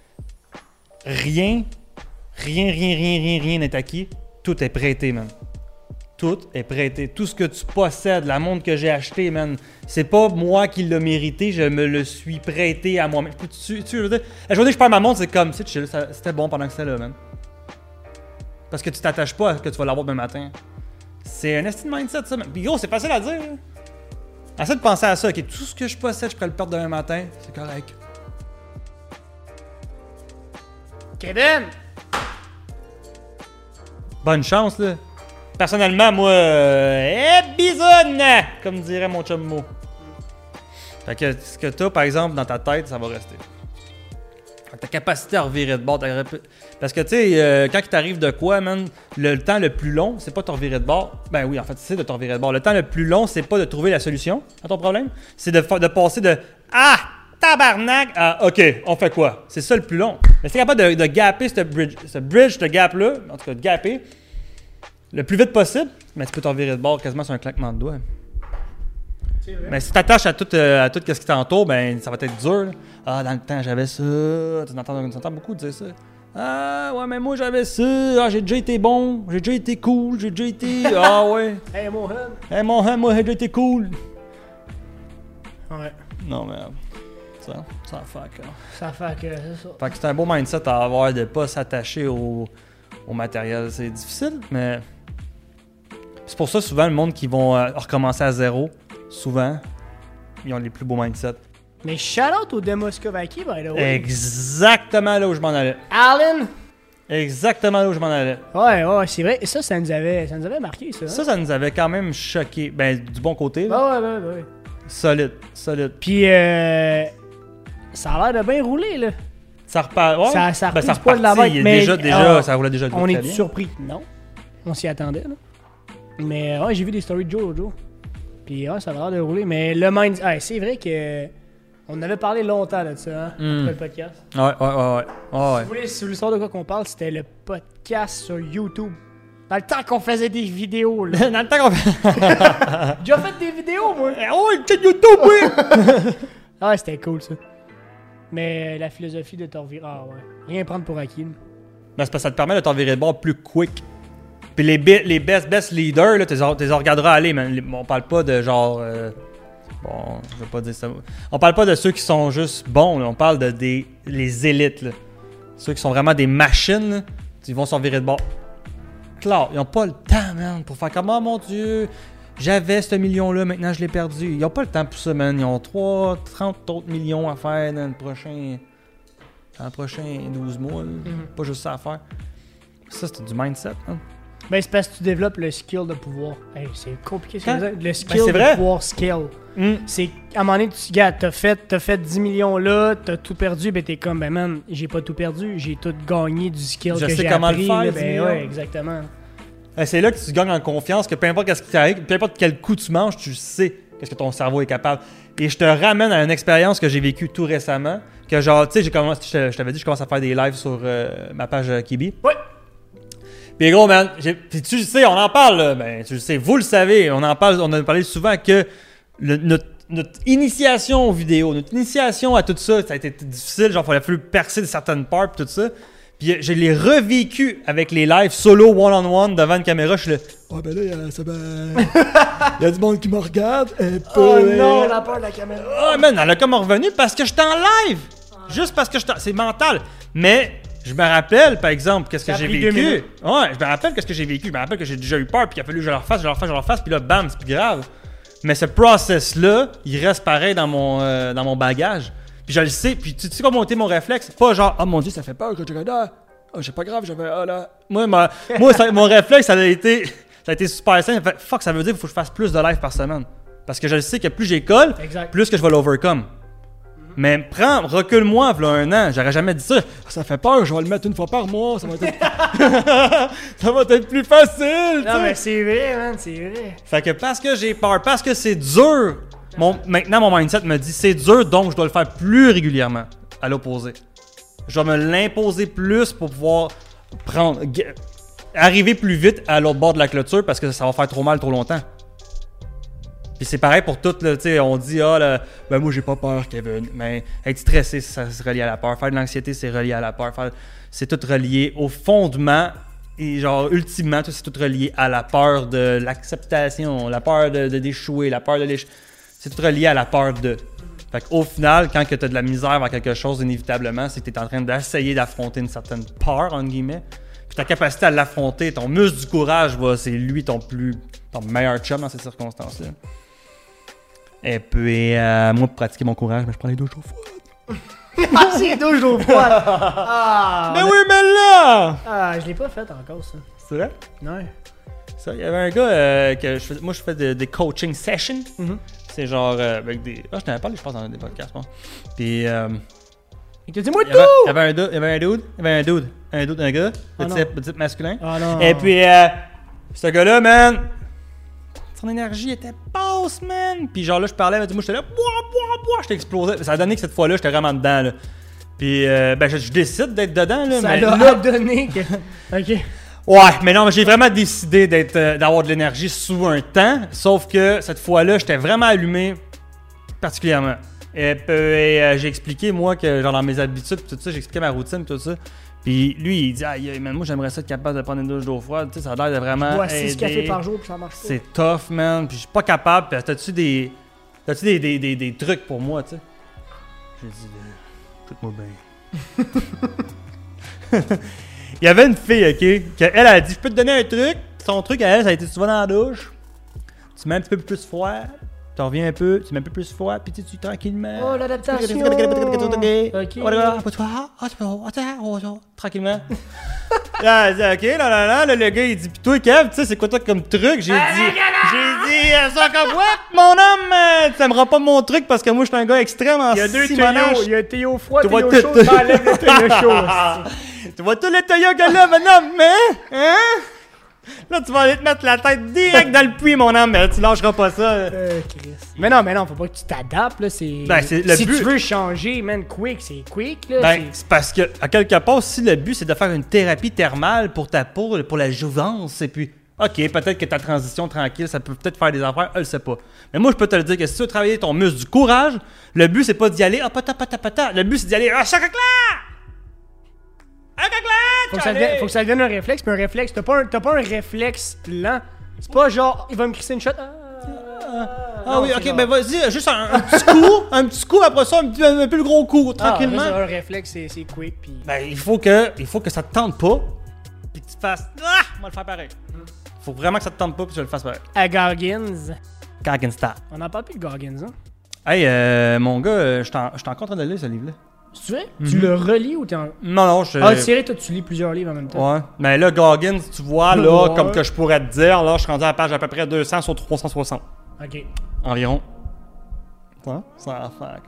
Rien, rien, rien, rien, rien, rien n'est acquis. Tout est prêté, man. Tout est prêté. Tout ce que tu possèdes, la montre que j'ai achetée, man, c'est pas moi qui l'ai mérité, je me le suis prêté à moi-même. Tu, tu, tu, je veux dire, la journée que je perds ma montre, c'est comme, c'est chill, ça- c'était bon pendant que c'était là, man. Parce que tu t'attaches pas à ce que tu vas l'avoir demain matin. C'est un esti de mindset, ça, man. Puis gros, c'est facile à dire, là. Essaie de penser à ça, ok, tout ce que je possède, je pourrais le perdre demain matin, c'est correct. Kevin! Bonne chance, là. Personnellement, moi, euh, eh, bisoune, comme dirait mon chum Mo. Fait que ce que t'as, par exemple, dans ta tête, ça va rester. Fait que ta capacité à revirer de bord, ta rép- parce que, tu sais, euh, quand il t'arrive de quoi, man, le, le temps le plus long, c'est pas de te revirer de bord. Ben oui, en fait, c'est de te revirer de bord. Le temps le plus long, c'est pas de trouver la solution à ton problème. C'est de, fa- de passer de « Ah! Tabarnak! » à « OK, on fait quoi? » C'est ça le plus long. Mais c'est capable de, de gapper ce bridge, ce bridge, ce gap-là, en tout cas, de gapper, le plus vite possible, mais tu peux t'en virer de bord quasiment sur un claquement de doigts. C'est vrai. Mais si tu t'attaches à tout, euh, à tout ce qui t'entoure, ben ça va être dur. Là. Ah, dans le temps, j'avais ça. Tu entends, tu entends beaucoup dire ça. Ah, ouais, mais moi, j'avais ça. Ah, j'ai déjà été bon. J'ai déjà été cool. J'ai déjà été... Ah, ouais. Hey, mon head! Hey, mon hand, moi, j'ai déjà été cool. Ouais. Non, mais... Ça, ça fait que... Ça fait que c'est ça. Fait que c'est un beau mindset à avoir de pas s'attacher au, au matériel. C'est difficile, mais... C'est pour ça, souvent, le monde qui vont euh, recommencer à zéro, souvent, ils ont les plus beaux mindsets. Mais shout out au Demoskovaki, by the way. Exactement là où je m'en allais. Alan! Exactement là où je m'en allais. Ouais, ouais, c'est vrai. Ça, ça nous avait, ça nous avait marqué, ça. Hein? Ça, ça nous avait quand même choqué. Ben, du bon côté. Là. Ouais, ouais, ouais, ouais. Solide, solide. Puis, euh, ça a l'air de bien rouler, là. Ça repart. Ouais. Ça, ça a ben, repris du poil de la repartit. bête, Il- mais- Déjà, déjà ah, ça roulait déjà On très est bien. surpris? Non. On s'y attendait, là. Mais ouais, j'ai vu des stories de Joe l'autre jour. Puis ouais, ça a l'air de rouler. Mais le mind... Ouais, c'est vrai que... On avait parlé longtemps de ça, hein, Mm. après le podcast. Ouais, ouais, ouais, ouais. ouais, ouais. Si vous voulez, si vous voulez savoir de quoi qu'on parle, c'était le podcast sur YouTube. Dans le temps qu'on faisait des vidéos, là. Dans le temps qu'on fait. J'ai déjà fait des vidéos, moi. Oh, une chaîne YouTube, oui! Ah, c'était cool, ça. Mais la philosophie de te revirer... Ah ouais. Rien prendre pour acquis. là. Ben, c'est parce que ça te permet de t'en virer de bord plus quick. Puis les, bi- les best, best leaders, là, tu les en- tu les en regarderas aller, man. Les- On parle pas de genre. euh, bon, je veux pas dire ça. On parle pas de ceux qui sont juste bons, là. On parle de des, les élites, là. Ceux qui sont vraiment des machines, là. Ils vont s'en virer de bord. Claire, ils ont pas le temps, man, pour faire comme, oh mon Dieu, j'avais ce million-là, maintenant je l'ai perdu. Ils ont pas le temps pour ça, man. Ils ont trois, trente autres millions à faire dans le prochain. Dans le prochain douze mois, là. Mhm. Pas juste ça à faire. Ça, c'était du mindset, hein. Ben, c'est parce que tu développes le skill de pouvoir. Hey, c'est compliqué ce que Quand? je veux dire. Le skill Ben, c'est de vrai. pouvoir scale. Mm. C'est à un moment donné, tu gars, t'as fait, t'as fait dix millions là, t'as tout perdu, ben t'es comme, ben man, j'ai pas tout perdu, j'ai tout gagné du skill Je que sais j'ai comment le appris. faire, là, dix ben millions. ouais, exactement. Ben, c'est là que tu gagnes en confiance, que peu importe ce qui t'arrive, peu importe quel coup tu manges, tu sais qu'est-ce que ton cerveau est capable. Et je te ramène à une expérience que j'ai vécue tout récemment, que genre, tu sais, j'ai commencé, je te- je t'avais dit, je commence à faire des lives sur euh, ma page euh, Kibi. Ouais. Puis gros, man, j'ai- puis tu le sais, on en parle, là, ben, tu le sais, vous le savez, on en parle, on a parlé souvent que le- notre, notre initiation aux vidéos, notre initiation à tout ça, ça a été difficile, genre, il fallait fallu percer de certaines parts, puis tout ça. Puis je l'ai revécu avec les lives solo one-on-one devant une caméra, je suis là, Ah ben là, il y a, ça, ben, il y a du monde qui me regarde. Et Oh puis, non, la peur de la caméra. ah man, elle a comme revenu parce que j'étais en live! Juste parce que j'étais. C'est mental. Mais je me rappelle, par exemple, qu'est-ce que Ça a j'ai pris deux vécu. minutes. Ouais, je me rappelle qu'est-ce que j'ai vécu. Je me rappelle que j'ai déjà eu peur, puis qu'il a fallu que je le refasse, je le refasse, je le refasse, puis là, bam, c'est plus grave. Mais ce process-là, il reste pareil dans mon, euh, dans mon bagage. Puis je le sais, puis tu tu sais comment était mon réflexe? Pas genre, ah mon dieu, ça fait peur que je regarde. Ah, oh, c'est pas grave, j'avais. Ah là. Moi, ma- moi ça- mon réflexe, ça a été. Ça a été super simple. Fait, fuck, ça veut dire qu'il faut que je fasse plus de live par semaine. Parce que je le sais que plus j'école, Exact. plus que je vais l'overcome. Mais prends, recule-moi, v'là un an, j'aurais jamais dit ça. Ça fait peur, je vais le mettre une fois par mois. Ça va être, ça va être plus facile. tu Non, sais. mais c'est vrai, man, c'est vrai. Fait que parce que j'ai peur, parce que c'est dur, mon, maintenant mon mindset me dit c'est dur, donc je dois le faire plus régulièrement, à l'opposé. Je dois me l'imposer plus pour pouvoir prendre, g- arriver plus vite à l'autre bord de la clôture parce que ça va faire trop mal trop longtemps. Puis c'est pareil pour tout, là, tu sais, on dit, ah, là, ben moi j'ai pas peur, Kevin. Mais être stressé, ça se relie à la peur. Faire de l'anxiété, c'est relié à la peur. Faire... C'est tout relié au fondement et, genre, ultimement, tout, c'est tout relié à la peur de l'acceptation, la peur de, de d'échouer, la peur de l'échec. C'est tout relié à la peur de. Fait qu'au final, quand tu as de la misère vers quelque chose, inévitablement, c'est que tu es en train d'essayer d'affronter une certaine peur, entre guillemets. Puis ta capacité à l'affronter, ton muscle du courage, bah, c'est lui ton plus ton meilleur chum dans ces circonstances-là. Et puis, euh, moi, pour pratiquer mon courage, ben, je prends les douches chaudes froides. Ah, c'est douche d'eau froide. Ah, Mais oui, mais là! ah, je l'ai pas fait encore, ça. C'est vrai? Ouais. Ça, il y avait un gars euh, que je fais, moi, je fais de- des coaching sessions. Mhm. C'est genre euh, avec des. Ah, je t'en ai parlé, je pense, dans des podcasts, moi. Puis, euh, Il te dit, moi il y avait, il y tout! avait un dude, il y avait un dude, il y avait un dude, un dude, un gars, Ah, petit, non. petit masculin. Ah non. Et puis, euh, ce gars-là, man, son énergie était basse, man. Puis genre là, je parlais, moi, j'étais là, bois, bois, bois, j'étais explosé. Ça a donné que cette fois-là, j'étais vraiment dedans, là. Puis, euh, ben, je, je décide d'être dedans, là. Ça mais l'a là- donné que. Ok. Ouais, mais non, mais j'ai vraiment décidé d'être, euh, d'avoir de l'énergie sous un temps. Sauf que cette fois-là, j'étais vraiment allumé, particulièrement. Et, puis, et, euh, j'ai expliqué, moi, que genre dans mes habitudes, pis tout ça, j'ai expliqué ma routine, pis tout ça. Puis lui, il dit, ah, man, moi, j'aimerais ça être capable de prendre une douche d'eau froide. Tu sais, ça a l'air de vraiment. Bois six aider. cafés par jour, puis ça marche pas. C'est tough, man. Puis je suis pas capable. Puis t'as-tu des. T'as-tu des, des, des, des trucs pour moi, tu sais? J'ai dit, euh, écoute-moi bien. Il y avait une fille, ok, qu'elle a dit, je peux te donner un truc. Son truc à elle, ça a été, tu vas dans la douche, tu mets un petit peu plus froid, tu reviens un peu, tu mets un peu plus froid, puis tu tu tranquillement. Oh, l'adaptation. Ok. Tranquillement. Là, elle dit, ok, là, là, là, là, le gars, il dit, pis toi, Kev, tu sais, c'est quoi toi comme truc? J'ai dit, j'ai dit, euh, ça comme, what, mon homme, euh, tu aimeras pas mon truc parce que moi, je suis un gars extrême en Il y a deux Simonage. Théo. Il y a Théo froid, Tu Théo vois chaud. tout- T'enlèves le Théo chaud. Tu vois tous les tailleurs que là, mon homme, hein? Hein? Là, tu vas aller te mettre la tête direct dans le puits, mon homme, mais tu lâcheras pas ça. Euh, Chris. Mais non, mais non, faut pas que tu t'adaptes, là. C'est. Ben, c'est le si but. tu veux changer, man, quick, c'est quick, là. Ben, c'est- c'est parce que, à quelque part, si le but, c'est de faire une thérapie thermale pour ta peau, pour la jouvence, et puis, ok, peut-être que ta transition tranquille, ça peut peut-être faire des affaires, elle le sait pas. Mais moi, je peux te le dire que si tu veux travailler ton muscle du courage, le but, c'est pas d'y aller, ah, pata, pata, pata. Le but, c'est d'y aller, ah, chacacla! Ah, cacla! Faut que, ça te donne, faut que ça te donne un réflexe, puis un réflexe, t'as pas un, t'as pas un réflexe lent. C'est pas genre, il va me crisser une shot. Ah, Ah non, oui, c'est ok, genre- ben vas-y, juste un, un petit coup, un petit coup, après ça, un, petit, un plus gros coup, Ah, tranquillement. ça, un réflexe, c'est, c'est quick, puis. Ben, il faut que, il faut que ça te tente pas, puis que tu fasses, ah, on va le faire pareil. Faut vraiment que ça te tente pas, puis que tu le fasses pareil. À Gargins. Gargan Style. On en parle plus de Gargins, hein? Hey, euh, mon gars, euh, je t'en je t'en en train de lire ce livre-là. Si tu veux, Mm-hmm. tu le relis ou t'es en. Non, non, je... Ah, Thierry, toi, tu lis plusieurs livres en même temps. Ouais. Mais là, Goggins, tu vois, là, Ouais. comme que je pourrais te dire, là, je suis rendu à la page à peu près deux cents sur trois cent soixante. Ok. Environ. Ouais, ça va faire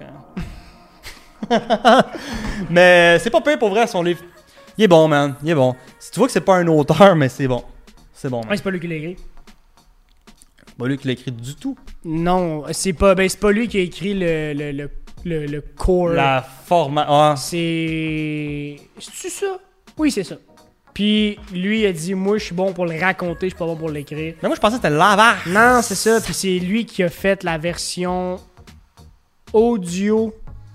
quand mais c'est pas pire pour vrai, son livre. Il est bon, man. Il est bon. Si tu vois que c'est pas un auteur, mais c'est bon. C'est bon, Ouais, man. c'est pas lui qui l'a écrit. C'est pas lui qui l'a écrit du tout. Non, c'est pas, ben, c'est pas lui qui a écrit le, le, le, le, le core. La forme. Ah. C'est. C'est-tu ça? Oui, c'est ça. Puis lui, il a dit, moi, je suis bon pour le raconter, je suis pas bon pour l'écrire. Mais moi, je pensais que c'était Lavard. Non, c'est ça. Puis c'est lui qui a fait la version audio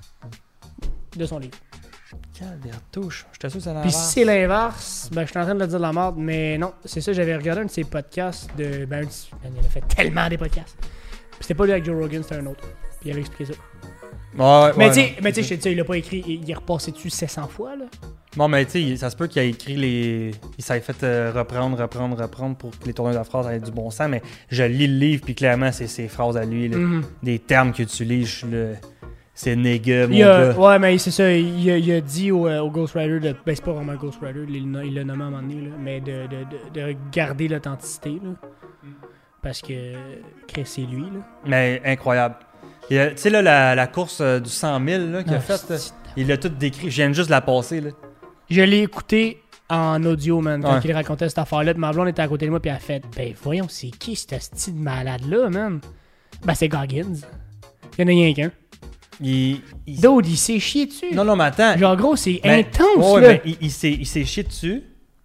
de son livre. Quelle touche. J'étais sûr que c'était Puis Lavard. si c'est l'inverse, ben je suis en train de le dire de la merde, mais non, c'est ça, j'avais regardé un de ses podcasts de. Ben, un de- ben, il a fait tellement des podcasts. Puis c'était pas lui avec Joe Rogan, c'était un autre. Puis il avait expliqué ça. Ouais, Mais ouais, tu sais, non. mais tu sais, je te dis, il a pas écrit, il il est repassé dessus sept cents fois, là. Bon, mais tu sais, ça se peut qu'il ait écrit les. Il s'est fait euh, reprendre, reprendre, reprendre pour que les tournures de phrases aient du bon sens, mais je lis le livre, puis clairement, c'est ses phrases à lui, là. Mhm. Des termes qu'il utilise, je suis là. C'est négueux, mon Il a- gars. ouais, mais c'est ça, il a, il a dit au, euh, au Ghostwriter, de, ben c'est pas vraiment un Ghostwriter, il l'a il l'a nommé à un moment donné, là, mais de, de, de, de garder l'authenticité, là. Parce que Chris, c'est lui, là. Mais incroyable. Il a- Tu sais, là, la, la course euh, du cent mille là, qu'il a Ah, faite, là, c'est- il l'a tout décrit. Je viens juste de la passer, là. Je l'ai écouté en audio, man, quand Ouais. il racontait cette affaire-là. Puis ma blonde était à côté de moi, puis elle a fait, ben voyons, c'est qui ce style de malade-là, man? Ben c'est Goggins. Il y en a rien qu'un. Il. il- D'autres, il s'est chié dessus. Non, non, mais attends. Genre, gros, c'est Ben, intense, ouais, là. ben, il, il s'est, il s'est chié dessus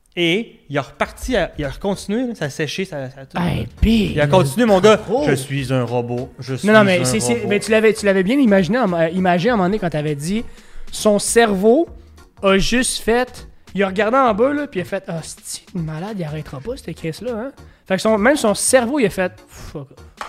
et il a reparti, à- il a continué, là, ça a séché, ça, ça a tout. Hey, big. Il a continué, mon gars. Oh. Je suis un robot. Je suis Non, non, mais, un c'est, c'est- robot. mais tu, l'avais, tu l'avais bien imaginé, à un mo- euh, imagé à un moment donné quand t'avais dit son cerveau a juste fait. Il a regardé en bas, là, puis il a fait ah, c'est malade, il arrêtera pas, cette Chris-là, hein. Fait que son, même son cerveau, il a fait fuck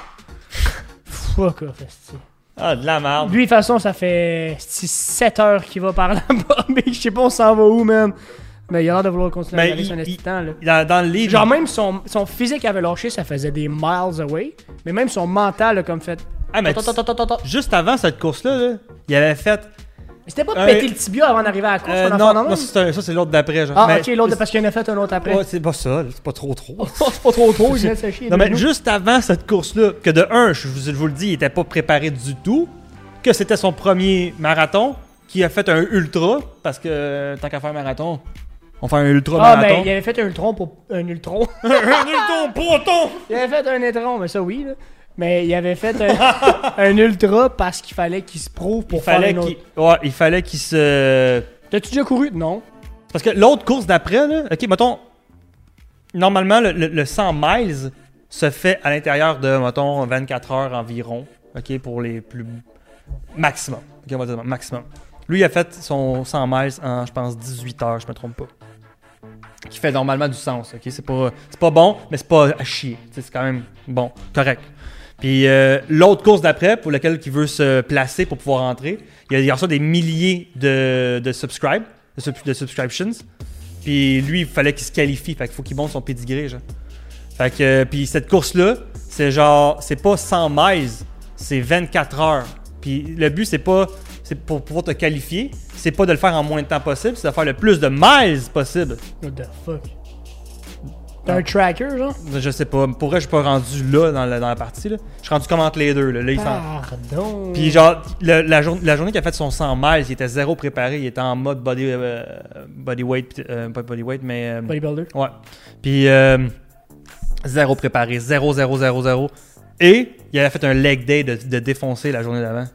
off. Fuck off, esti. Ah, de la merde. Lui, de toute façon, ça fait sept heures qu'il va par là-bas, mais je sais pas, on s'en va où, même. Mais il a l'air de vouloir continuer Mais à aller il- sur un esti il- de temps, là. Dans, dans le livre. Genre, même son, son physique avait lâché, ça faisait des miles away, mais même son mental a comme fait. Ah, mais Tot, tot, tot, tot, tot, tot. juste avant cette course-là, là, il avait fait. C'était pas Euh, péter le tibia avant d'arriver à la course, Euh, on en non, fait dans non, même? c'est un- ça, c'est l'autre d'après. Genre. Ah, Mais- ok, l'autre, parce qu'il en a fait un autre après. Ouais, c'est pas ça, là, c'est pas trop trop. c'est pas trop trop, il vient de se chier. Non, deux mais genoux. juste avant cette course-là, que de un, je vous, je vous le dis, il était pas préparé du tout, que c'était son premier marathon, qui a fait un ultra, parce que euh, tant qu'à faire un marathon, on fait un ultra Ah, marathon. mais il avait fait un ultron pour. Un ultron. un ultra proton! Il avait fait un étron, mais ça, oui, là. Mais il avait fait un, un ultra parce qu'il fallait qu'il se prouve pour Il fallait faire une qu'il autre. ouais, il fallait qu'il se... T'as-tu déjà couru? Non. Parce que l'autre course d'après, là, ok, mettons, normalement, le, le- le cent miles se fait à l'intérieur de, mettons, vingt-quatre heures environ, ok, pour les plus... Maximum. Ok, on va dire maximum. Lui, il a fait son cent miles en, je pense, dix-huit heures, je me trompe pas. Qui fait normalement du sens, ok? C'est pas, c'est pas bon, mais c'est pas à chier. Tu sais, c'est quand même bon, correct. Puis euh, l'autre course d'après, pour laquelle il veut se placer pour pouvoir entrer, il y a, il y a ça des milliers de, de subscribe, de, sub- de subscriptions. Puis lui, il fallait qu'il se qualifie, fait qu'il faut qu'il monte son pedigree, genre. Fait que, euh, puis cette course-là, c'est genre, c'est pas cent miles, c'est vingt-quatre heures. Puis le but, c'est pas, c'est pour pouvoir te qualifier, c'est pas de le faire en moins de temps possible, c'est de faire le plus de miles possible. What the fuck? T'as un tracker, genre? Je sais pas, pour vrai, je suis pas rendu là dans la, dans la partie, là. Je suis rendu comme entre les deux, là. Là, il s'en- Pardon. Puis genre, le- la, jour- la journée qu'il a fait son cent miles, il était zéro préparé, il était en mode body, euh, body weight, euh, pas body weight, mais... euh, Bodybuilder. ouais. Puis euh, zéro préparé, zéro, zéro, zéro, zéro. Et il avait fait un leg day de, de défoncer la journée d'avant.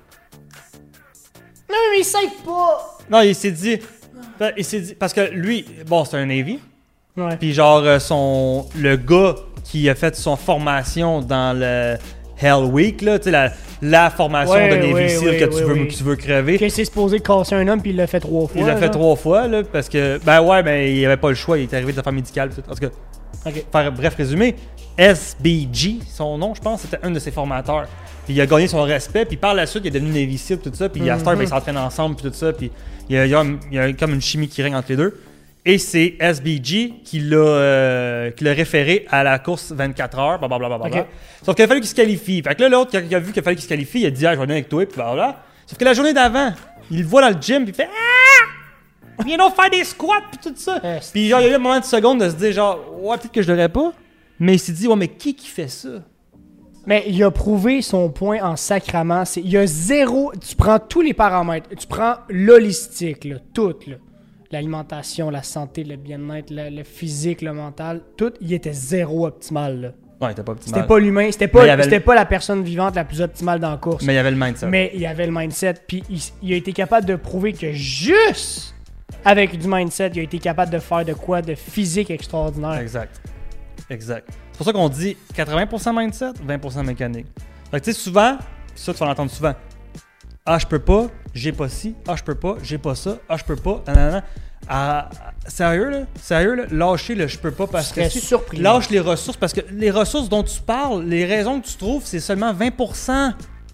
Non, mais il sait pas! Non, il s'est dit... ben, Il s'est dit... Parce que lui, bon, c'est un Navy. Ouais. Puis genre, euh, son, le gars qui a fait son formation dans le Hell Week, là, tu sais, la, la formation Ouais, de Navy ouais, SEAL ouais, que, tu ouais, veux, ouais. que tu veux crever. Qu'il s'est supposé casser un homme, puis il l'a fait trois fois. Il l'a fait genre. trois fois, là, parce que, ben ouais, ben il avait pas le choix, il est arrivé des affaires médicales. tout. En tout cas, Ok. faire bref résumé, S B G, son nom, je pense, c'était un de ses formateurs. Puis il a gagné son respect, puis par la suite, il est devenu Navy SEAL, tout ça, puis à Star, ben, ils s'entraînent ensemble, puis tout ça, puis il y a, il y a- il y a comme une chimie qui règne entre les deux. Et c'est S B G qui l'a, euh, qui l'a référé à la course vingt-quatre heures, blablabla. Ok. Sauf qu'il a fallu qu'il se qualifie. Fait que là, l'autre qui a, qui a vu qu'il a fallu qu'il se qualifie, il a dit, ah, je vais venir avec toi, puis blablabla. Sauf que la journée d'avant, il le voit dans le gym, puis il fait ah! Viens donc faire des squats, puis tout ça. Euh, Puis genre, il y a eu un moment de seconde de se dire genre, ouais, peut-être que je devrais pas. Mais il s'est dit, ouais, mais qui qui fait ça? Mais il a prouvé son point en sacrament. C'est, il y a zéro. Tu prends tous les paramètres. Tu prends l'holistique, là, tout. Là. L'alimentation, la santé, le bien-être, le, le physique, le mental. Tout, il était zéro optimal. Là. Ouais, il était pas optimal. C'était pas l'humain. C'était Mais pas, il y avait c'était le- pas la personne vivante la plus optimale dans la course. Mais il y avait le mindset. Mais il y avait le mindset. Puis il, il a été capable de prouver que juste avec du mindset, il a été capable de faire de quoi de physique extraordinaire. Exact. Exact. C'est pour ça qu'on dit quatre-vingts pour cent mindset, vingt pour cent mécanique. Fait que tu sais, souvent, ça tu vas l'entendre souvent. Ah, je peux pas, j'ai pas ci. Ah, je peux pas, j'ai pas ça. Ah, je peux pas. Nanana. Ah, sérieux, là? Sérieux, là? Lâcher le je peux pas parce Je que. serais si- surpris. Lâche les ressources parce que les ressources dont tu parles, les raisons que tu trouves, c'est seulement vingt pour cent.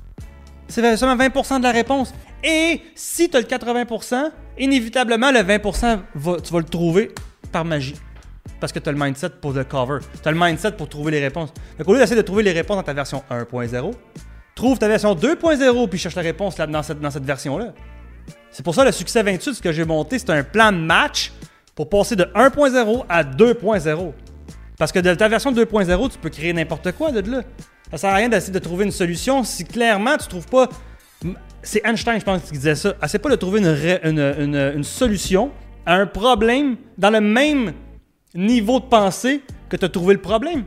C'est seulement vingt pour cent de la réponse. Et si tu as le quatre-vingts pour cent, inévitablement, le vingt pour cent, va- tu vas le trouver par magie. Parce que tu as le mindset pour le cover. Tu as le mindset pour trouver les réponses. Donc, au lieu d'essayer de trouver les réponses dans ta version un point zéro, trouve ta version deux point zéro puis cherche la réponse là, dans cette, dans cette version-là. C'est pour ça le succès vingt-huit, ce que j'ai monté, c'est un plan de match pour passer de un point zéro à deux point zéro. Parce que de ta version deux point zéro, tu peux créer n'importe quoi de là. Ça sert à rien d'essayer de trouver une solution si clairement tu trouves pas. C'est Einstein, je pense, qui disait ça. Essaie pas de trouver une, ré- une, une- une solution à un problème dans le même niveau de pensée que tu as trouvé le problème.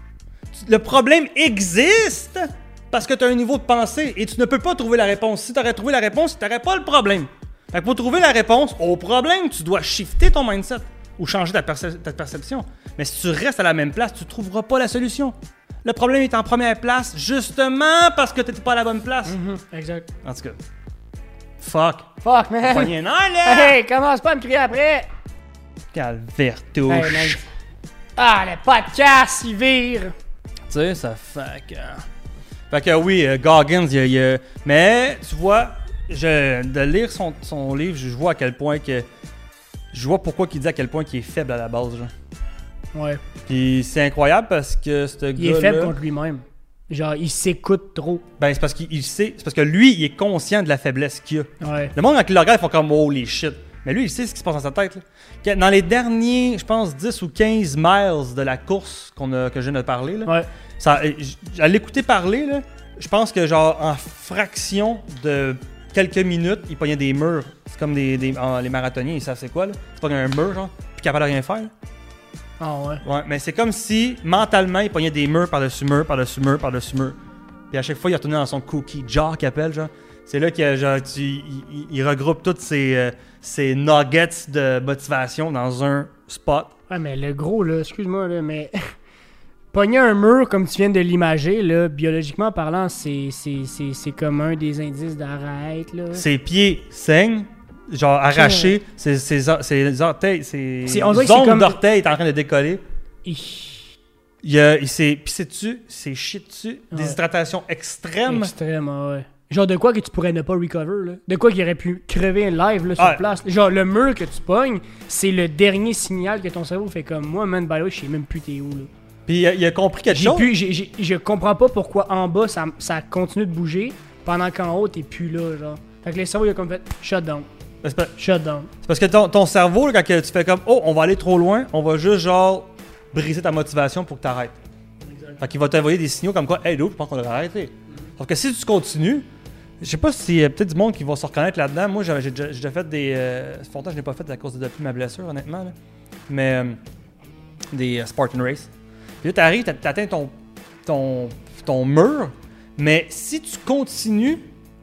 Le problème existe parce que tu as un niveau de pensée et tu ne peux pas trouver la réponse. Si tu aurais trouvé la réponse, tu n'aurais pas le problème. Fait que pour trouver la réponse au problème, tu dois shifter ton mindset ou changer ta, perce- ta perception. Mais si tu restes à la même place, tu ne trouveras pas la solution. Le problème est en première place justement parce que tu n'étais pas à la bonne place. Mhm, exact. En tout cas, fuck. Fuck, man. Poignée un an, là! Hey, commence pas à me crier après. Calvertouche. Hey, man. Ah, le podcast, il vire. Tu sais, ça fait que. Fait que oui, euh, Goggins, il y a, il y a- Mais, tu vois, je, de lire son, son livre, je vois à quel point que. Je vois pourquoi il dit à quel point il est faible à la base, genre. Ouais. Puis c'est incroyable parce que ce Il gars-là. est faible contre lui-même. Genre, il s'écoute trop. Ben, c'est parce qu'il il sait. C'est parce que lui, il est conscient de la faiblesse qu'il a. Ouais. Le monde, quand il le regarde, ils font comme holy shit. Mais lui, il sait ce qui se passe dans sa tête. Là. Que Dans les derniers, je pense, dix ou quinze miles de la course qu'on a, que je viens de parler, là, Ouais. ça, j- à l'écouter parler, là, je pense que genre en fraction de quelques minutes, il pognait des murs. C'est comme des, des- en- les marathoniens, ils savent c'est quoi. Là. C'est pas un mur, genre, puis capable de rien faire. là. Ah ouais. Ouais, mais c'est comme si mentalement, il pognait des murs par-dessus murs, par-dessus murs, par-dessus murs. Puis à chaque fois, il retournait dans son cookie jar qu'il appelle, genre. C'est là qu'il genre, tu, il, il- il regroupe toutes ses, euh, ses nuggets de motivation dans un spot. Ouais, mais le gros, là, excuse-moi, là, mais. Pogner un mur comme tu viens de l'imager, là, biologiquement parlant, c'est, c'est, c'est, c'est comme un des indices d'arrête, là. Ses pieds saignent, genre arrachés, ses, ses, or- ses orteils, ses C'est- on dirait que c'est ongles comme- d'orteils est en train de décoller. Ih, Il, a, il s'est pissé dessus, il s'est chié dessus, Ouais. déshydratation extrême. extrême, ah ouais. Genre de quoi que tu pourrais ne pas recover, là. De quoi qu'il aurait pu crever un live, là, sur Ouais. place. Genre, le mur que tu pognes, c'est le dernier signal que ton cerveau fait comme moi, man, by the way, je sais même plus t'es où, là. Puis il a, il a compris quelque J'ai chose. plus, j'ai, j'ai- je comprends pas pourquoi en bas ça, ça continue de bouger pendant qu'en haut t'es plus là, genre. Fait que le cerveau il a comme fait shut down, C'est pas- shut down. c'est parce que ton, ton cerveau, là, quand que tu fais comme oh, on va aller trop loin, on va juste genre briser ta motivation pour que tu arrêtes. Fait qu'il va t'envoyer des signaux comme quoi, hey, dude, je pense qu'on devrait arrêter. Sauf que si tu continues, je sais pas s'il y a peut-être du monde qui va se reconnaître là-dedans. Moi, j'ai j'ai déjà, j'ai déjà fait des. Euh, ça fait longtemps que je n'ai pas fait à cause de depuis ma blessure, honnêtement. Là. Mais euh, des euh, Spartan Race. Puis là, t'arrives, t'a- t'atteins ton, ton, ton mur, mais si tu continues,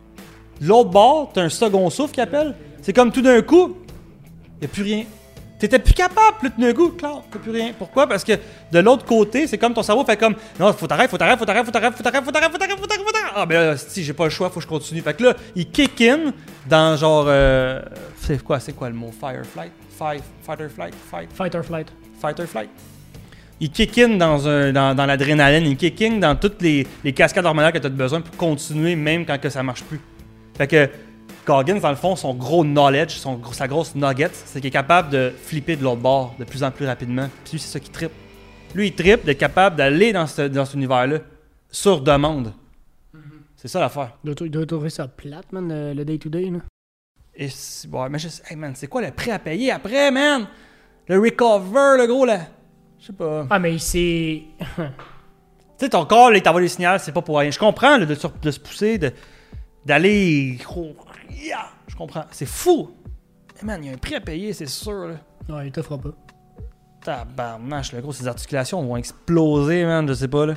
de l'autre bord, t'as un second souffle qui appelle. C'est comme tout d'un coup, il n'y a plus rien. T'étais plus capable, plus tout d'un coup, clair, t'as plus rien. Pourquoi? Parce que de l'autre côté, c'est comme ton cerveau fait comme non, faut t'arrêter, faut t'arrêter, faut t'arrêter, faut t'arrêter, faut t'arrêter, faut t'arrêter, faut t'arrêter, faut t'arrêter, faut t'arrêter. Ah, ben là, si j'ai pas le choix, faut que je continue. Fait que là, il kick in dans genre. Euh, c'est quoi, c'est quoi le mot? Fire, flight? Fight, fight or flight? Fight, Fight or flight. fight or flight? Il kick in dans, un, dans, dans l'adrénaline, il kick in dans toutes les, les cascades hormonales que tu as besoin pour continuer même quand que ça marche plus. Fait que Goggins, dans le fond, son gros knowledge, son, gros- sa grosse nugget, c'est qu'il est capable de flipper de l'autre bord de plus en plus rapidement. Puis lui, c'est ça qui trippe. Lui, il trippe d'être capable d'aller dans, ce, dans cet univers-là sur demande. C'est ça l'affaire. Il doit, il doit trouver ça plate, man, le- le day-to-day, là. Et c'est, ouais, mais je sais, hey man, c'est quoi le prix à payer après, man? Le recover, le gros, là. Je sais pas. Ah, mais c'est. Tu sais, ton corps, là, il t'envoie des signaux, c'est pas pour rien. Je comprends, là, de, se- de se pousser, de, d'aller. Yeah! Je comprends. C'est fou! Mais man, il y a un prix à payer, c'est sûr, là. Ouais, il te fera pas. Tabarnache, le gros, ses articulations vont exploser, man, je sais pas, là.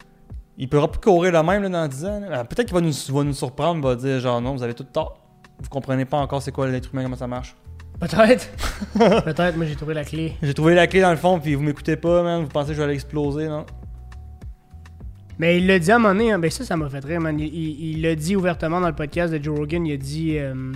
Il pourra plus courir le même, là, dans dix ans, là. Alors, peut-être qu'il va nous, va nous surprendre, il va dire, genre, non, vous avez tout tort. Vous comprenez pas encore c'est quoi l'être humain, comment ça marche. Peut-être. Peut-être, moi j'ai trouvé la clé. J'ai trouvé la clé dans le fond, puis vous m'écoutez pas, man. Vous pensez que je vais aller exploser, non? Mais il l'a dit à un moment donné, hein, ben ça, ça m'a fait rire, man. Il, il, il l'a dit ouvertement dans le podcast de Joe Rogan. Il a dit. Euh,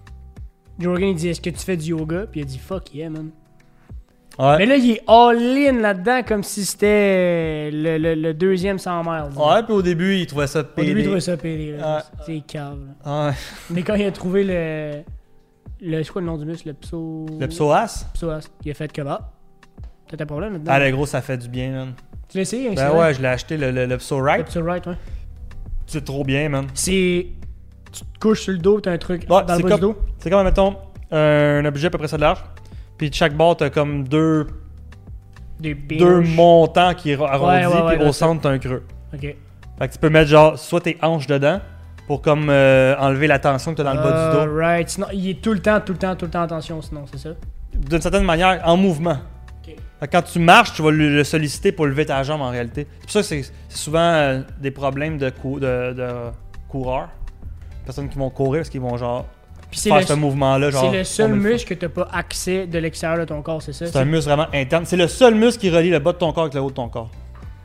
Joe Rogan, il dit, est-ce que tu fais du yoga? Puis il a dit, fuck yeah, man. Ouais. Mais là, il est all-in là-dedans comme si c'était le, le, le deuxième sans merde. Ouais, puis au début, il trouvait ça Au pédé. début, il trouvait ça pédé. Là. Ouais. C'est cave. Là. Ouais. Mais quand il a trouvé le. le c'est quoi le nom du muscle? Le pso. Le psoas? Psoas. Il a fait que bah. T'as un problème là-dedans? Ah, le gros, ça fait du bien, man. Tu l'as essayé? Ben ouais, je l'ai acheté, le, le, le Pso Le Right. pso right, ouais. C'est trop bien, man. C'est. Tu te couches sur le dos, t'as un truc Ouais, dans le c'est bas comme, du dos. c'est comme, mettons, un objet à peu près ça de large. Puis de chaque bord, t'as comme deux, Des deux pinches. montants qui arrondissent, Ouais, ouais, ouais, puis au ouais, centre, t'as un creux. Ok. Fait que tu peux mettre genre soit tes hanches dedans pour comme euh, enlever la tension que t'as dans le bas du dos. Right. Sinon, il est tout le temps, tout le temps, tout le temps en tension, sinon, c'est ça? D'une certaine manière, en mouvement. Ok. Fait que quand tu marches, tu vas le, le solliciter pour lever ta jambe en réalité. C'est pour ça que c'est, c'est souvent euh, des problèmes de, cou- de, de coureurs. Personnes qui vont courir parce qu'ils vont genre Puis c'est faire le, ce mouvement-là. Genre, c'est le seul comme il faut. muscle que t'as pas accès de l'extérieur de ton corps, c'est ça? C'est un muscle vraiment interne. C'est le seul muscle qui relie le bas de ton corps avec le haut de ton corps.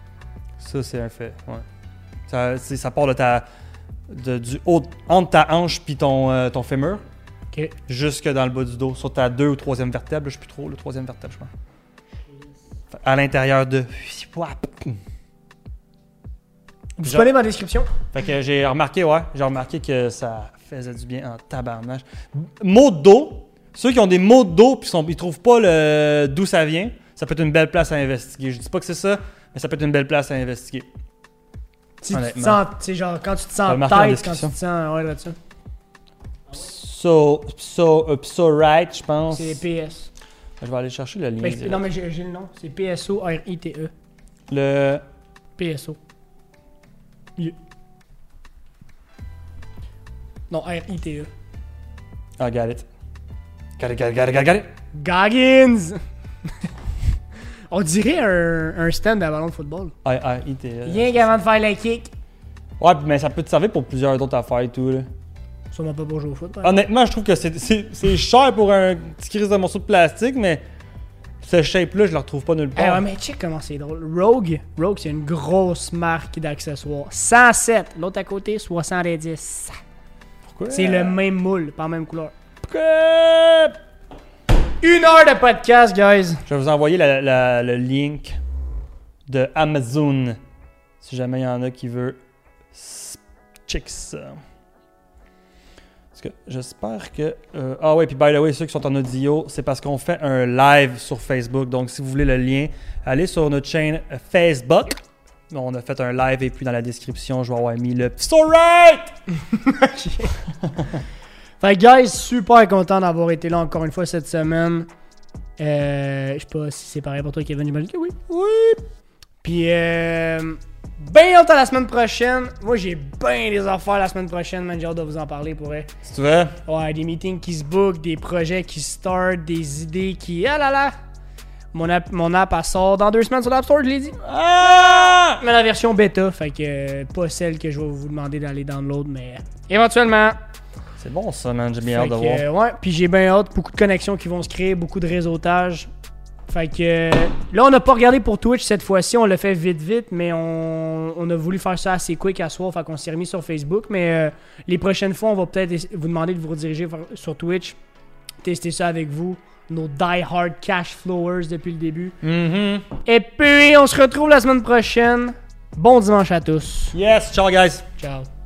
Ça, c'est un fait. Ouais. Ça, c'est- ça part de ta, de, du haut, entre ta hanche puis ton, euh, ton fémur, Ok. jusque dans le bas du dos, sur ta deux ou troisième vertèbre. Je sais plus trop, le troisième vertèbre, je pense. Fait, à l'intérieur de. Disponible en description. Fait que j'ai remarqué, ouais, j'ai remarqué que ça faisait du bien en tabarnache. Maux de dos, ceux qui ont des maux de dos puis sont, ils trouvent pas le, d'où ça vient, ça peut être une belle place à investiguer. Je dis pas que c'est ça, mais ça peut être une belle place à investiguer. Si tu te Honnêtement. sens, c'est genre quand tu te va sens le marquer en tête, quand tu description. te sens, ouais, là-dessus. So, so, uh, so right, je pense. C'est P S. Je vais aller chercher le lien. Ben, je- direct. non, mais j'ai, j'ai le nom. C'est P S O R I T E. Le. P S O. Yeah. Non, R I T E. Ah, got it. Got it, got it, got it, got it, got it. Goggins! On dirait un, un stand à ballon de football. Ah, ah, I T E. Rien qu'avant de faire le kick. Ouais, mais ça peut te servir pour plusieurs autres affaires et tout, là. Sûrement pas pour jouer au foot. par exemple. Honnêtement, je trouve que c'est, c'est, c'est cher pour un petit crise de morceau de plastique, mais ce shape-là, je le retrouve pas nulle Eh part. ouais, mais check comment c'est drôle. Rogue, Rogue, c'est une grosse marque d'accessoires. cent sept, l'autre à côté, soixante-dix. Pourquoi? C'est le même moule, pas la même couleur. Pourquoi? Une heure de podcast, guys. Je vais vous envoyer la- la- le link de Amazon. Si jamais il y en a qui veut s- check ça. Parce que j'espère que. euh, ah ouais, puis by the way, ceux qui sont en audio, c'est parce qu'on fait un live sur Facebook. Donc si vous voulez le lien, allez sur notre chaîne euh, Facebook. On a fait un live et puis dans la description, je vais avoir mis le It's alright! Fait que, guys, super content d'avoir été là encore une fois cette semaine. Euh, je sais pas si c'est pareil pour toi, Kevin. J'imagine que oui. Oui. Puis, euh, ben hâte à la semaine prochaine. Moi, j'ai ben des affaires la semaine prochaine, man. J'ai hâte de vous en parler pour vrai. Si tu veux. Ouais, des meetings qui se bookent, des projets qui se startent, des idées qui. Ah là là! Mon app, mon app, elle sort dans deux semaines sur l'App Store, je l'ai dit. Ah! Mais la version bêta, fait que euh, pas celle que je vais vous demander d'aller download, mais éventuellement. C'est bon ça, man. J'ai bien Fait hâte de que, voir. euh, ouais, puis j'ai bien hâte, beaucoup de connexions qui vont se créer, beaucoup de réseautage. Fait que euh, là, on n'a pas regardé pour Twitch cette fois-ci, on l'a fait vite vite, mais on, on a voulu faire ça assez quick à soir, fait qu'on s'est remis sur Facebook. Mais euh, les prochaines fois, on va peut-être essa- vous demander de vous rediriger vers- sur Twitch, tester ça avec vous, nos die-hard cash flowers depuis le début. Mhm. Et puis, on se retrouve la semaine prochaine. Bon dimanche à tous. Yes, ciao guys. Ciao.